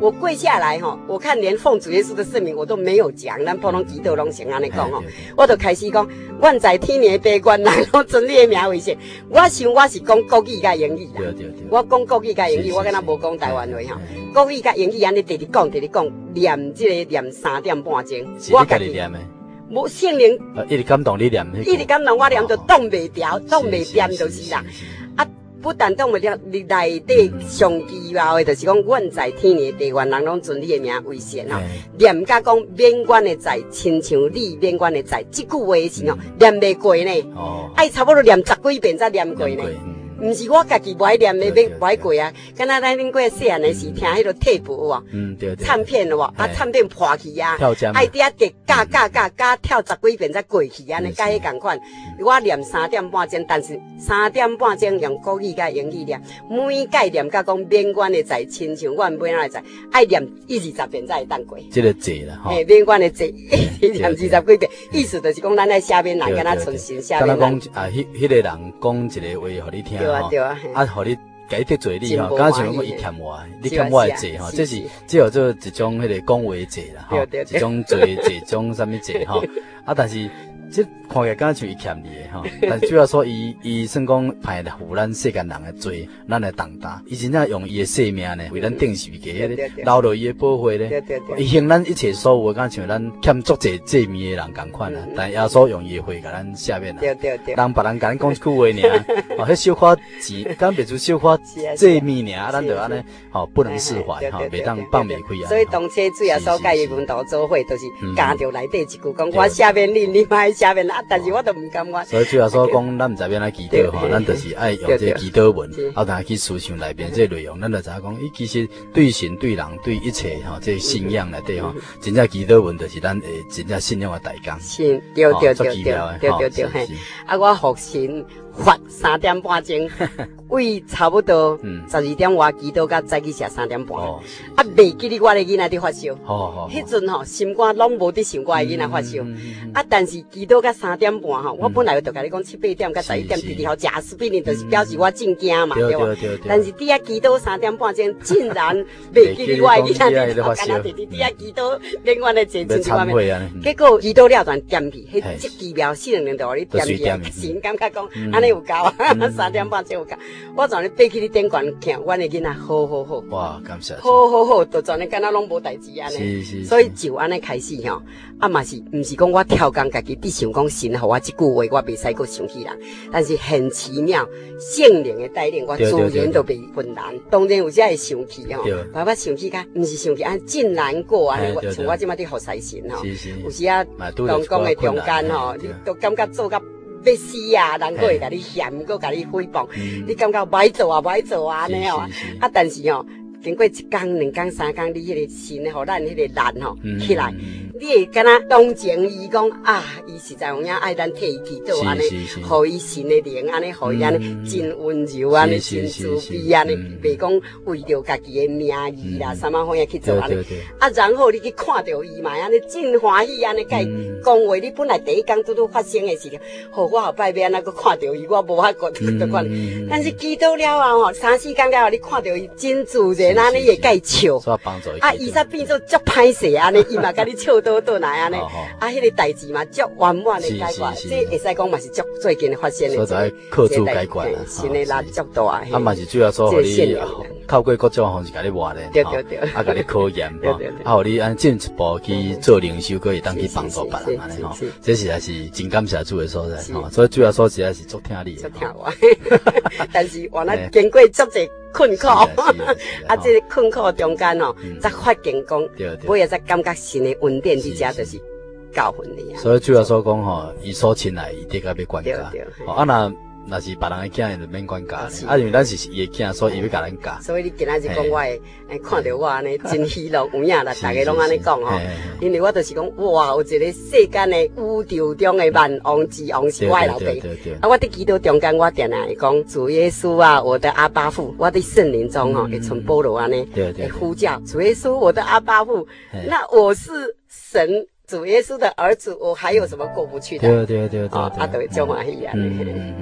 Speaker 3: 我跪下来哈，我看连奉主耶稣的圣名我都没有讲，咱普通基督拢先安尼讲吼，我就开始讲，阮在天年悲观，人拢尊你的名为圣。我想我是讲国语甲英语啦，我讲国语甲英语，我敢若无讲台湾话吼。国语甲英语安尼直直讲，直直讲，念即个念三点半钟，我家己念的。无圣灵，
Speaker 2: 呃，一直感动你念，
Speaker 3: 一直感动我念，就挡袂掉，挡袂掂就是啦。啊，不但挡袂掉，你内底上奇妙的，就是讲，阮在天的地愿人拢尊你的名为圣吼。念甲讲免阮的债，亲像你免阮的债，这句话是哦，念袂过呢。哦，爱差不多念十几遍才念过呢。毋是我家己不爱念的，要不爱过啊！敢若咱恁过细汉的时听迄个 tape 有无？嗯，对对。唱片有无？啊，唱片破去啊！跳针。爱伫啊，给教教教教跳十几遍才过去安尼，甲迄共款。我念三点半钟，但是三点半钟用国语甲英语念，每概念甲讲免阮的债，亲像阮买哪的债，爱念一二十遍才会当过。
Speaker 2: 这个债啦，
Speaker 3: 吼。嘿，免阮的债，念二十几遍，意思就是讲咱在下面人，敢若存心下面人。
Speaker 2: 敢若讲啊，迄迄个人讲一个话，互你听。对啊，啊，互你解得罪你吼，敢像讲伊欠我，你欠我的债吼，这是只有做一种迄个讲话债啦，吼，一种罪债，种什么债吼，啊，但是这看起来敢像伊欠你的吼，但主要说伊伊算讲派来负咱世间人的罪，咱来重担，伊真正用伊的性命呢，为咱定时给迄个留落伊的保护呢，伊行咱一切所有，敢像咱欠足济罪名的人共款啊，但耶稣用伊的话甲咱赦免啦，人别人甲咱讲一句话尔，哦，迄小可钱，敢别出小可罪名尔，啊，咱就安尼，吼，不能释怀，吼，袂当放袂开啊。
Speaker 3: 所以当初主耶稣甲伊门徒做伙，就是加着内底一句讲，我赦免你，你莫赦免啊，但是我都唔甘愿。
Speaker 2: 所以主要说讲，咱唔知变来祈祷吼，咱就是爱用这祈祷文，啊，但去思想内边这内容，咱就知影讲，伊其实对神、对人、对一切吼，这信仰内底吼，真正祈祷文就是咱诶真正信仰的大纲。
Speaker 3: 是，对对对对对对对嘿，啊，我服神发三点半钟，为差不多十二点外祈祷，到早起食三点半。啊，袂记哩，我的囡仔伫发烧。好好。迄阵吼，心肝拢无伫想我的囡仔发烧。啊，但是祈祷到三点半吼，我本来就甲你讲七八点到十一点，直直好食食必定就是表示我真惊嘛，对无？但是伫遐祈祷三点半钟，竟然袂记哩我的囡仔伫发烧，直直伫遐祈祷，连我的坐真外面。结果祈祷了全点去，迄即奇妙四零零就互你点去，神感觉讲安尼有够啊，三点半钟有够。我昨日爬去你顶悬看，阮的囡仔好好好。哇，感谢。好好好，就昨日敢若拢无代志安尼。是是。所以就安尼开始吼，啊嘛是，毋是讲我跳工家己，只想讲神互我即句话，我袂使搁想起人。但是很奇妙，圣灵的带领，我自然就袂困难。当然有只会生气吼，爸爸生气甲，毋是生气，安真难过安尼。像我即马伫服侍神吼，有时啊，当讲的中间吼，你都感觉做甲。要死啊！人佫会甲你嫌，佫甲你诽谤，你感觉歹做啊，歹做啊，安尼哦。啊，但是哦，经过一天、两天、三天，你迄个心咧，互咱迄个力吼起来，你会敢若同情伊讲啊，伊实在有影爱咱替伊祈祷安尼，互伊神的灵安尼，互伊安尼真温柔安尼，真慈悲安尼，袂讲为着家己的名义啦，啥物好嘢去做安尼。啊，然后你去看到伊嘛，安尼真欢喜安尼，甲伊讲话，你本来第一天拄拄发生的事情，吼，我后摆要安那个看到伊，我无法过得看。但是祈祷了后吼，三四天了后，你看到伊真自然安尼会甲伊笑，啊，伊才变做足歹势安尼，伊嘛甲你笑倒倒来安尼，啊，迄个代志嘛足圆满的解决，这会使讲嘛是足最近发生的，
Speaker 2: 所以在克制解决啦，
Speaker 3: 新的力足大。啊
Speaker 2: 嘛是主要说，互你透过各种方式甲你活咧，
Speaker 3: 对对对，
Speaker 2: 啊，甲你考验，啊，互你安进一步去做灵修，可以当去帮助别人安尼吼，这实在是真感谢主的所在吼，所以主要说实在是足听你的，足听我，但是原来经过足济困苦，啊，这个困苦中间哦，才发现讲，我也才感觉神的恩典伫遮就是教训你啊。所以主要说讲吼，伊所亲爱，伊得甲要管教，哦，啊那。若是别人的囝，就免管教咧。啊，因为咱是伊的囝，所以伊要甲咱教。所以你今仔日讲我会，诶，看到我安尼真喜乐有影啦，大家拢安尼讲吼。因为我就是讲，哇，有一个世间的宇宙中的万王之王是我的老爸。啊，我伫祈祷中间，我定定会讲主耶稣啊，我的阿爸父，我伫圣灵中吼，会像保罗安尼，会呼叫主耶稣，我的阿爸父。那我是神主耶稣的儿子，我还有什么过不去的？对对对对，啊，都会足欢喜安尼。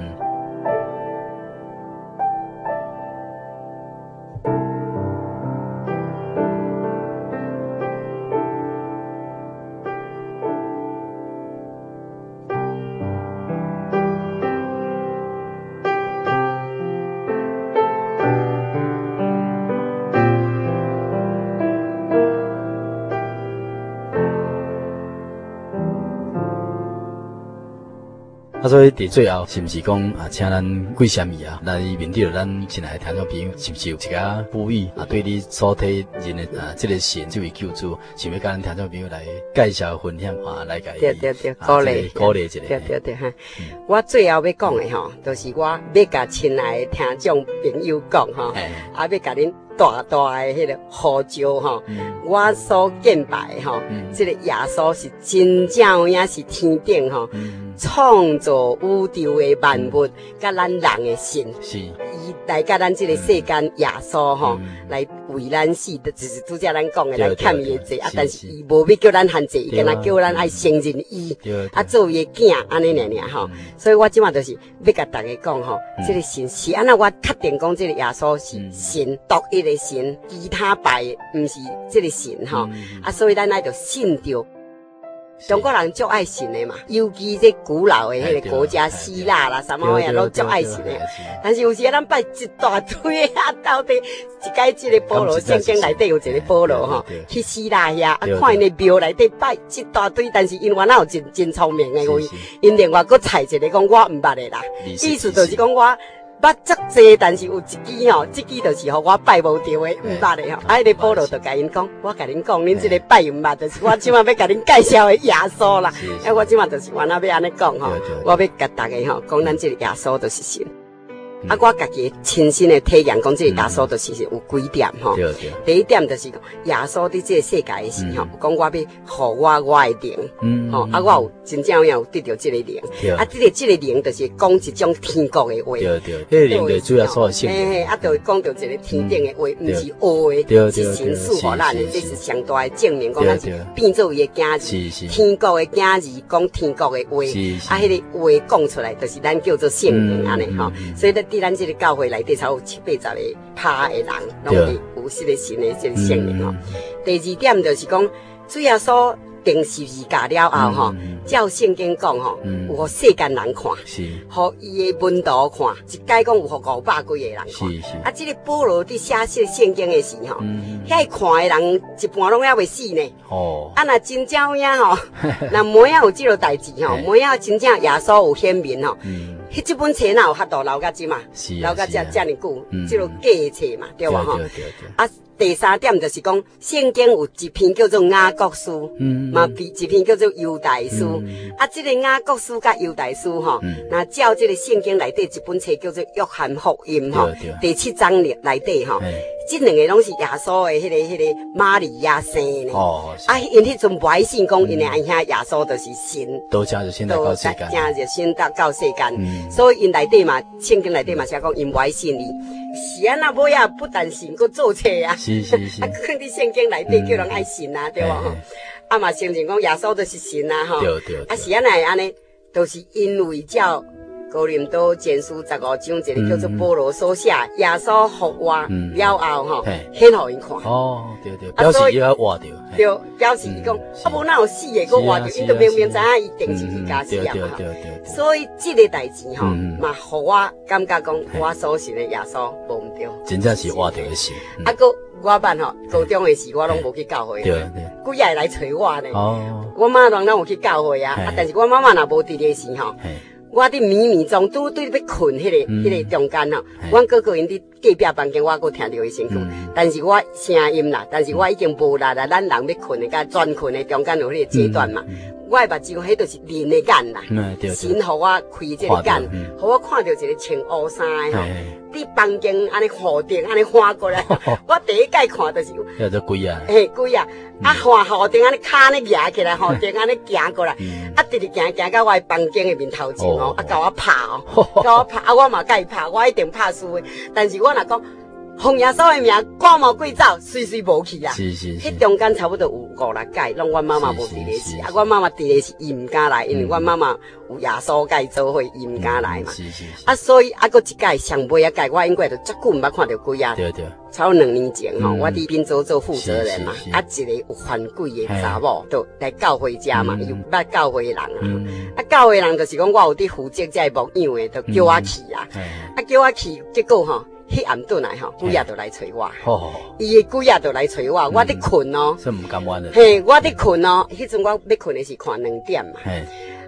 Speaker 2: 啊，所以伫最后是毋是讲啊，请咱贵什么啊，来面对着咱亲爱的听众朋友，是毋是有一个呼吁啊？对你所体认的啊，这个神这位救主，想要跟咱听众朋友来介绍分享啊，来介
Speaker 3: 对对对，鼓励
Speaker 2: 鼓励一下。
Speaker 3: 对对对哈，我最后要讲的吼，就是我要甲亲爱的听众朋友讲吼，啊，要甲恁大大的迄个呼召吼，我所敬拜的吼，这个耶稣是真正也是天顶吼。创造宇宙的万物，甲咱人的神，是伊来甲咱这个世间耶稣吼，来为咱死，就是拄则咱讲的来欠伊的罪啊。但是伊无要叫咱犯罪，伊干那叫咱爱承认伊，啊做伊的囝安尼尔尔吼。所以我即马就是要甲大家讲吼，这个神是安那我确定讲这个耶稣是神独一的神，其他拜毋是这个神吼。啊，所以咱爱着信着。中国人足爱信的嘛，尤其这古老的迄个国家希腊啦，什么呀，都足爱信的。但是有时咱拜一大堆啊，到底一解这个菠萝圣经内底有一个菠萝吼，去希腊遐啊，看因的庙内底拜一大堆，但是因为哪有真真聪明的位，因另外搁采一个讲我毋捌的啦，意思就是讲我。捌足济，但是有一支吼，这支就是互我拜无着的，毋捌的吼。啊，迄个保罗就甲因讲，我甲恁讲，恁这个拜毋捌，就是我即马要甲恁介绍的耶稣啦。啊，我即马就是原来要安尼讲吼，我要甲大家吼讲，咱这个耶稣就是神。啊，我家己亲身的体验，讲这个耶稣就是有几点吼。第一点就是讲，耶稣伫这个世界的时候，讲我要互我我的灵，吼，啊，我有真正有得到这个灵，啊，这个这个灵就是讲一种天国的话，
Speaker 2: 对对，迄个灵就主要所性，
Speaker 3: 嘿嘿，啊，就讲到一个天顶的话，毋是黑的，是神赐予咱的，这是上大的证明，讲咱是变做伊的囝儿，天国的囝儿，讲天国的话，啊，迄个话讲出来，就是咱叫做圣灵安尼吼，所以咧。伫咱这个教会内底，才有七八十个拍的人，拢是有这个神的这个圣灵吼。第二点就是讲，主耶稣定十字架了后吼，照圣经讲吼，有互世间人看，互伊的门徒看，一解讲有互五百几个人看。啊，这个保罗伫写这个圣经的时候，遐看的人一半拢还未死呢。哦，啊，若真正影吼，若每啊有这个代志吼，每啊真正耶稣有显明吼。迄这本册哪有法度留甲即嘛？留甲遮遮尔久，即落假册嘛，对吧？吼。啊，第三点就是讲，圣经有一篇叫做雅各书，嘛一篇叫做犹大书。啊，这个雅各书甲犹大书吼，那照这个圣经内底一本册叫做约翰福音吼，第七章内内底吼。这两个拢是耶稣的迄个、迄个玛利亚生的。哦。啊，因迄阵不爱信讲，因的爱遐耶稣就是神。
Speaker 2: 都正就先来到世间。
Speaker 3: 正就先到到世间。所以因内底嘛，圣经内底嘛写讲，因不爱信伊。是啊，那尾啊不但信，佮做册啊。是是是。啊，佮伫圣经内底叫人爱信啊，对吧？啊嘛，承认讲耶稣就是神啊，吼。对对。啊是啊，那安尼，都是因为照。哥林多前书十五章一个叫做保罗所写，耶稣复活了后吼，显互因看。哦，对对，表示伊要活着。对，表示伊讲，啊无哪有死的，佮活着，因都明明知影伊定是自家死啊嘛。所以这个代志吼，嘛，互我感觉讲，我所信的耶稣无毋对。
Speaker 2: 真正是活着的神。
Speaker 3: 啊，佮我办吼，高中的时我拢无去教会，对对，几夜来找我呢。哦，我妈拢拢有去教会啊，啊，但是我妈妈若无伫咧时吼。我伫迷迷中拄对要困迄个迄个中间吼，阮哥哥因伫隔壁房间，我阁听到伊声音，但是我声音啦，但是我已经无力啦，咱人要困的甲专困的中间有迄个阶段嘛，我的目睭迄就是人的眼啦，神互我开这个眼，互我看到一个穿乌衫的吼，伫房间安尼护顶安尼翻过来，我第一届看就是，
Speaker 2: 叫做鬼啊，
Speaker 3: 嘿鬼啊，啊翻护顶安尼骹安尼夹起来，护顶安尼行过来，啊直直行行到我的房间的面头前哦，啊甲我拍哦，甲我拍，啊我嘛甲伊拍，我一定拍输的，但是我若讲。奉耶稣的名，赶毛鬼走，随随无去啊！是是是，迄中间差不多有五六届，拢阮妈妈无伫咧时，啊，阮妈妈伫咧时，伊毋敢来，因为阮妈妈有耶稣甲伊做伙，伊毋敢来嘛。是是是。啊，所以啊，搁一届上尾一届，我应该就足久毋捌看到鬼啊。对对。超两年前吼，我伫滨州做负责人嘛，啊，一个有犯鬼的查某，就来教会遮嘛，伊有捌教会的人啊。啊，教会人就是讲我有伫负责遮牧养的，就叫我去啊。啊，叫我去，结果吼。迄暗顿来吼，鬼仔就来找我。哦，伊的鬼仔就来找我，我伫困哦。
Speaker 2: 是毋甘愿的。
Speaker 3: 嘿，我伫困哦。迄阵我要困的是看两点嘛。嘿。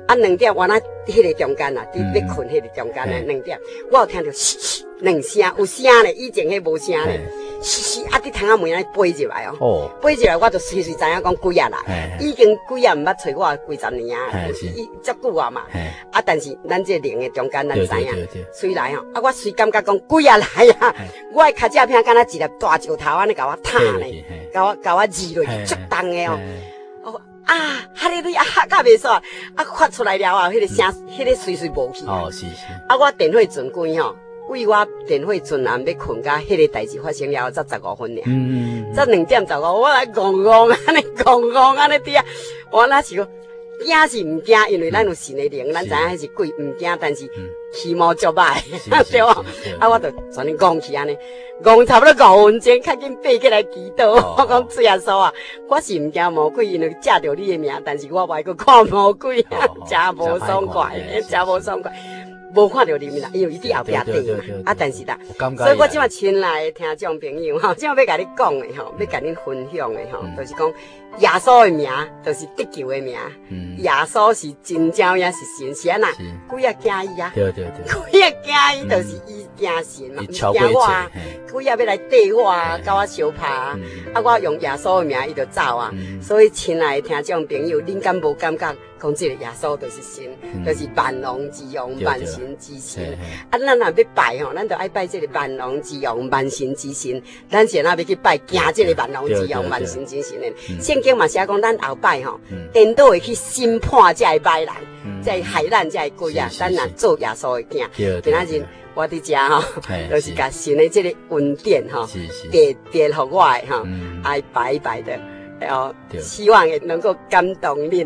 Speaker 3: 啊，两点我那迄个中间啊，伫要困迄个中间咧，两点我有听到嘶嘶两声，有声咧，以前迄无声咧，嘶嘶啊，伫窗仔门安尼飞入来哦，飞入来我就随随知影讲鬼啊来，已经鬼啊毋捌找我几十年啊，伊足久啊嘛，啊，但是咱这灵的中间咱知影，随来吼，啊，我随感觉讲鬼啊来啊，我的脚趾片敢若一粒大石头安尼甲我踏咧，甲我甲我移落去，足重的哦。哦啊，哈利路亚，哈甲袂煞，啊发出来了后，迄个声，迄个随随无去。哦，是是。啊，我电火船关吼，为我电火船暗要困，甲迄个代志发生了后，才十五分尔。嗯嗯。才两点十五，我来戆戆安尼，戆戆安尼伫啊，我那是讲惊是毋惊，因为咱有神的灵，咱知影迄是鬼毋惊，但是气毛足歹，对无？啊，我就全然戆去安尼。戆差不多五分钟，较紧爬起来祈祷。我讲主耶稣啊，我是毋惊魔鬼，因为借着你的名，但是我袂去看魔鬼，真无爽快，真无爽快。无看到你们啦，因为伊伫后壁顶嘛。啊，但是啦，所以我即马亲爱的听众朋友吼，即马要甲你讲的吼，要甲恁分享的吼，就是讲耶稣的名，就是得救的名。耶稣是真正也是神，是安那？鬼啊惊伊啊！对对对，鬼啊惊伊，就是伊惊神嘛，毋惊我啊！鬼啊要来缀我啊，甲我相拍啊！啊，我用耶稣的名，伊就走啊！所以亲爱的听众朋友，恁敢无感觉？讲这个耶稣就是神，就是万王之王、万神之神。啊，咱若要拜吼，咱就爱拜这个万王之王、万神之神。咱是哪要去拜敬这个万王之王、万神之神呢？圣经嘛写讲，咱后拜吼，颠倒会去审判这个歹人，这个害咱这个鬼啊！咱若做耶稣的囝，今仔日我伫遮吼，就是甲神的这个恩典吼，叠叠互我的吼，爱拜拜的，然后希望也能够感动恁。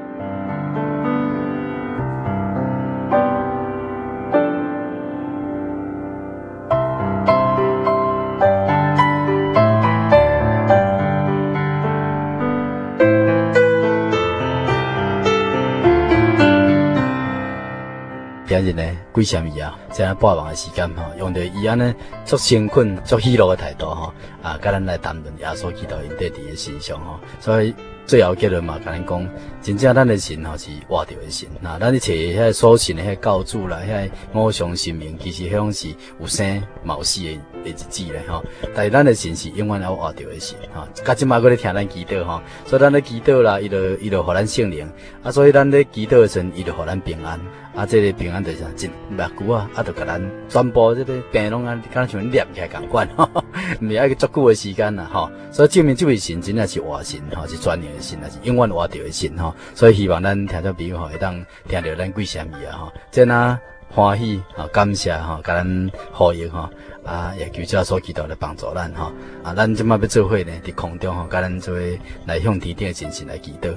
Speaker 2: 今日呢，几什么啊？这样半晚的时间哈，用着伊安呢足兴奋、足喜乐的态度哈，啊，甲咱来谈论耶稣基督因在伫的身上哈。所以最后结论嘛，甲咱讲，真正咱的神吼是活着的神。那咱咧找迄个所信的迄个教主啦，迄个五常神明，其实迄种是有生冇死的的日子咧吼。但是咱的神是永远要活着的神哈。甲即马搁咧听咱祈祷吼，所以咱咧祈祷啦，伊就伊就互咱圣灵啊，所以咱咧祈祷的时阵，伊就互咱平安。啊，这个平安就是真目久啊，啊，就甲咱全部这个病拢啊，敢像念起来共款，毋是爱去足久的时间啦，吼。所以证明这位神真正是活神，吼，是专业的神，也是永远活着的神，吼。所以希望咱听众朋友吼，会当听到咱贵什么啊，吼，真啊欢喜啊，感谢吼，甲咱呼应吼，啊，也求这所祈祷来帮助咱吼，啊，咱即马要做伙呢，伫空中吼，甲咱做来向天顶的神神来祈祷。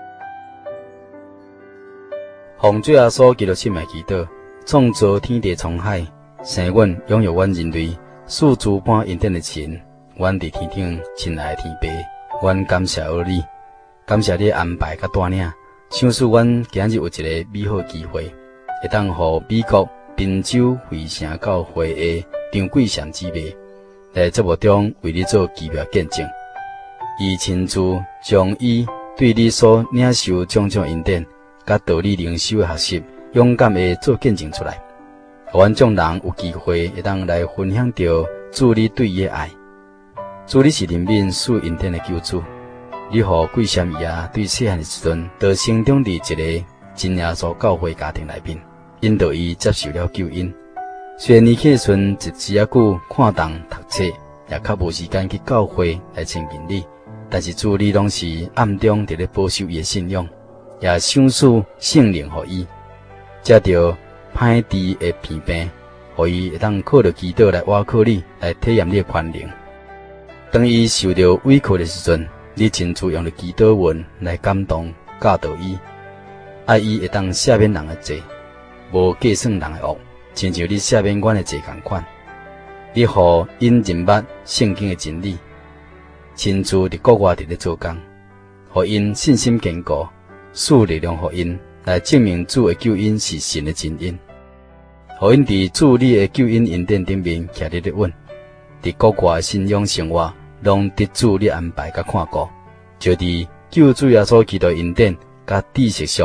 Speaker 2: 奉主耶稣基督圣名祈祷，创造天地沧海，生阮拥有阮人类，赐诸般恩典的神，阮伫天顶亲爱的天父，阮感谢有你，感谢你安排甲带领，想使阮今日有一个美好机会，会当互美国宾州汇城教会的张贵祥姊妹来节目中为你做奇妙见证，以亲自将伊对你所领受种种恩典。甲道理灵修的学习，勇敢的做见证出来，互阮众人有机会会当来分享着主你对伊的爱。主你是怜悯赐恩典的救主，你互贵闪伊啊对细汉的时阵，就生长伫一个真耶稣教会家庭内面，引导伊接受了救恩。虽然年轻的时阵一时啊久看重读册，也较无时间去教会来亲近你，但是主你拢是暗中伫咧保守伊的信仰。也赏赐圣灵予伊，接着歹治的病病，予伊会当靠着祈祷来倚靠你，来体验你的宽容。当伊受到委屈的时阵，你亲自用着祈祷文来感动教导伊，爱伊会当赦免人的罪，无计算人的恶，亲像你赦免阮的罪共款。你互因认捌圣经的真理，亲自伫国外伫咧做工，互因信心坚固。赐力量予因来证明主的救恩是神的真恩，予因伫主你的救恩恩典顶面徛得咧稳，伫国外的信仰生活拢得主你安排甲看顾，就伫救主耶稣基督恩典甲知识上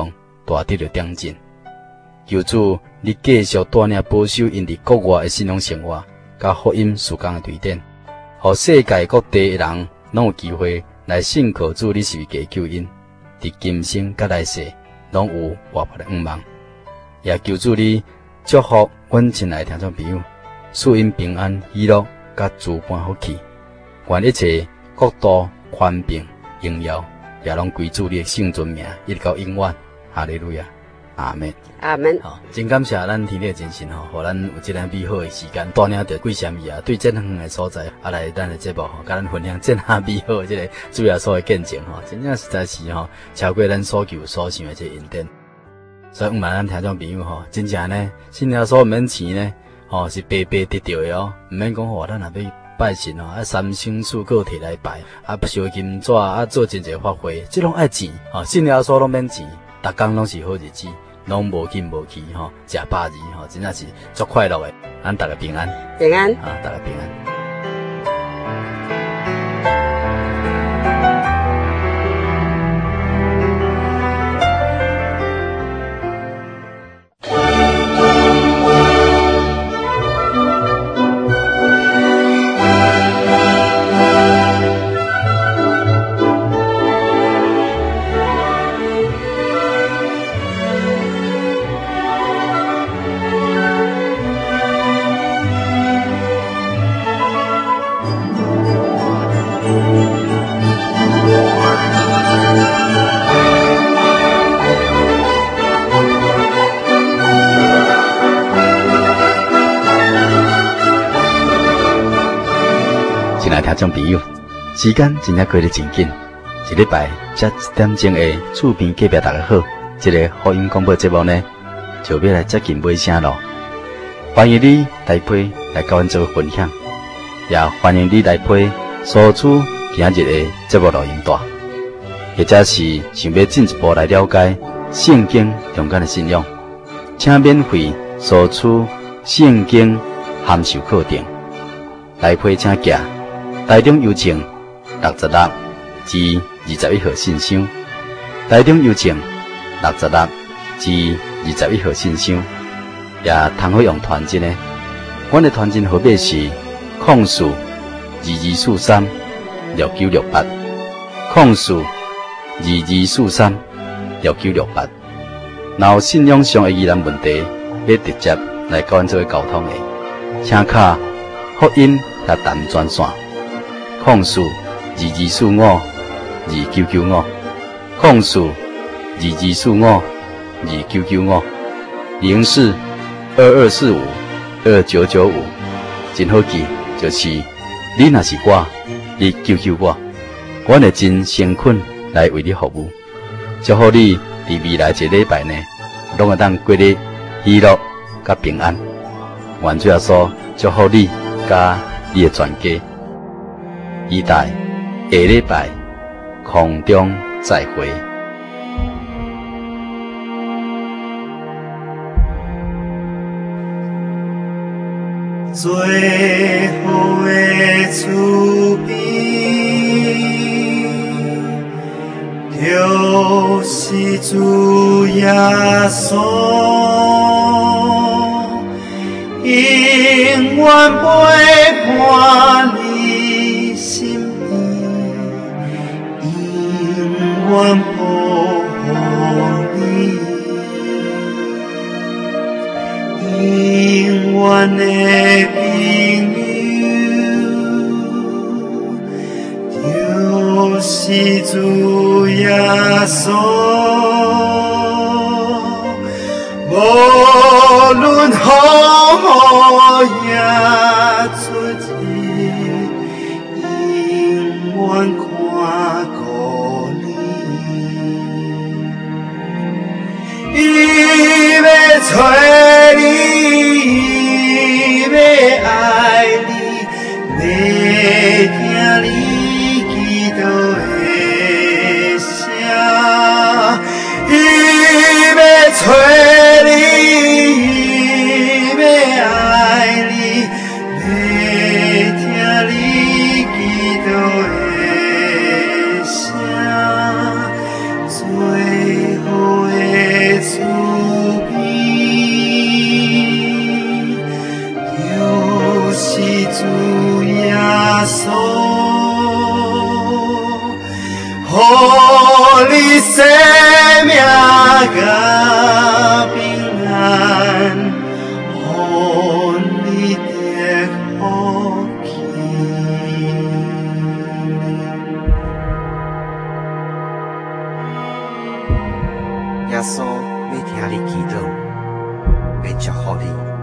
Speaker 2: 大得着长进。求主，你继续带领保守因伫国外的信仰生活，甲福音事工的推展，互世界各地的人拢有机会来信靠主你是位加救恩，伫今生甲来世拢有活泼的愿望。也求主你祝福阮亲爱的听众朋友，赐因平安、喜乐甲诸般福气，愿一切国度、宽平、荣耀，也拢归主你的圣尊名，一直到永远。哈利路亚，阿门。
Speaker 3: 阿门。
Speaker 2: 好，真感谢咱天父真神吼，互咱有这个美好的时间，带领着贵仙米啊，对这远的所在啊来咱的节目吼，甲咱分享这下美好的这个主耶稣的见证吼，真正实在是吼超过咱所求所想的这恩典。所以，毋瞒咱听众朋友吼，真正呢，信耶稣毋免钱呢，吼是白白得到的哦，毋免讲吼，咱若要拜神哦，啊三星素个摕来拜，啊烧金纸啊做真侪法会，即拢爱钱，吼信耶稣拢免钱，逐工拢是好日子，拢无紧无气吼，食饱日吼，真正是足快乐的，咱逐个平安，
Speaker 3: 平安
Speaker 2: 啊，逐个平安。听众朋友，时间真正过得真紧，一礼拜才一点钟的厝边隔壁大家好，这个福音广播节目呢，就要来接近尾声咯。欢迎你来陪来跟阮做分享，也欢迎你来陪所处今日的节目录音带，或者是想要进一步来了解圣经中间的信仰，请免费所处圣经函授课程来陪请假。台中邮政六十六至二十一号信箱，台中邮政六十六至二十一号信箱，也通好用传真的。阮的传真号码是空四二二四三六九六八，空四二二四三六九六八。若有信仰上的疑难问题，要直接来跟阮做沟通的，请卡福音甲谈专线。控诉二二四五二九九五，控诉二二四五二九九五，零四二二四五二九九五，真好记，就是你若是我，你救救我，我会真诚恳来为你服务，祝福你伫未来一个礼拜呢，拢会当过得喜乐甲平安。愿主耶稣祝福你甲你的全家。期待下礼拜空中再会。
Speaker 1: 最后的慈悲，就是主耶稣，永远陪伴你身边，永远保护你，永远的朋友，就是主耶稣。无论何也出钱，永远看顾你。伊要找你，伊要爱你，要听你祈祷的声。伊要找你，伊要爱你， 生命甲平安，予你的福气。
Speaker 4: 耶稣要听你祈祷，要祝福你。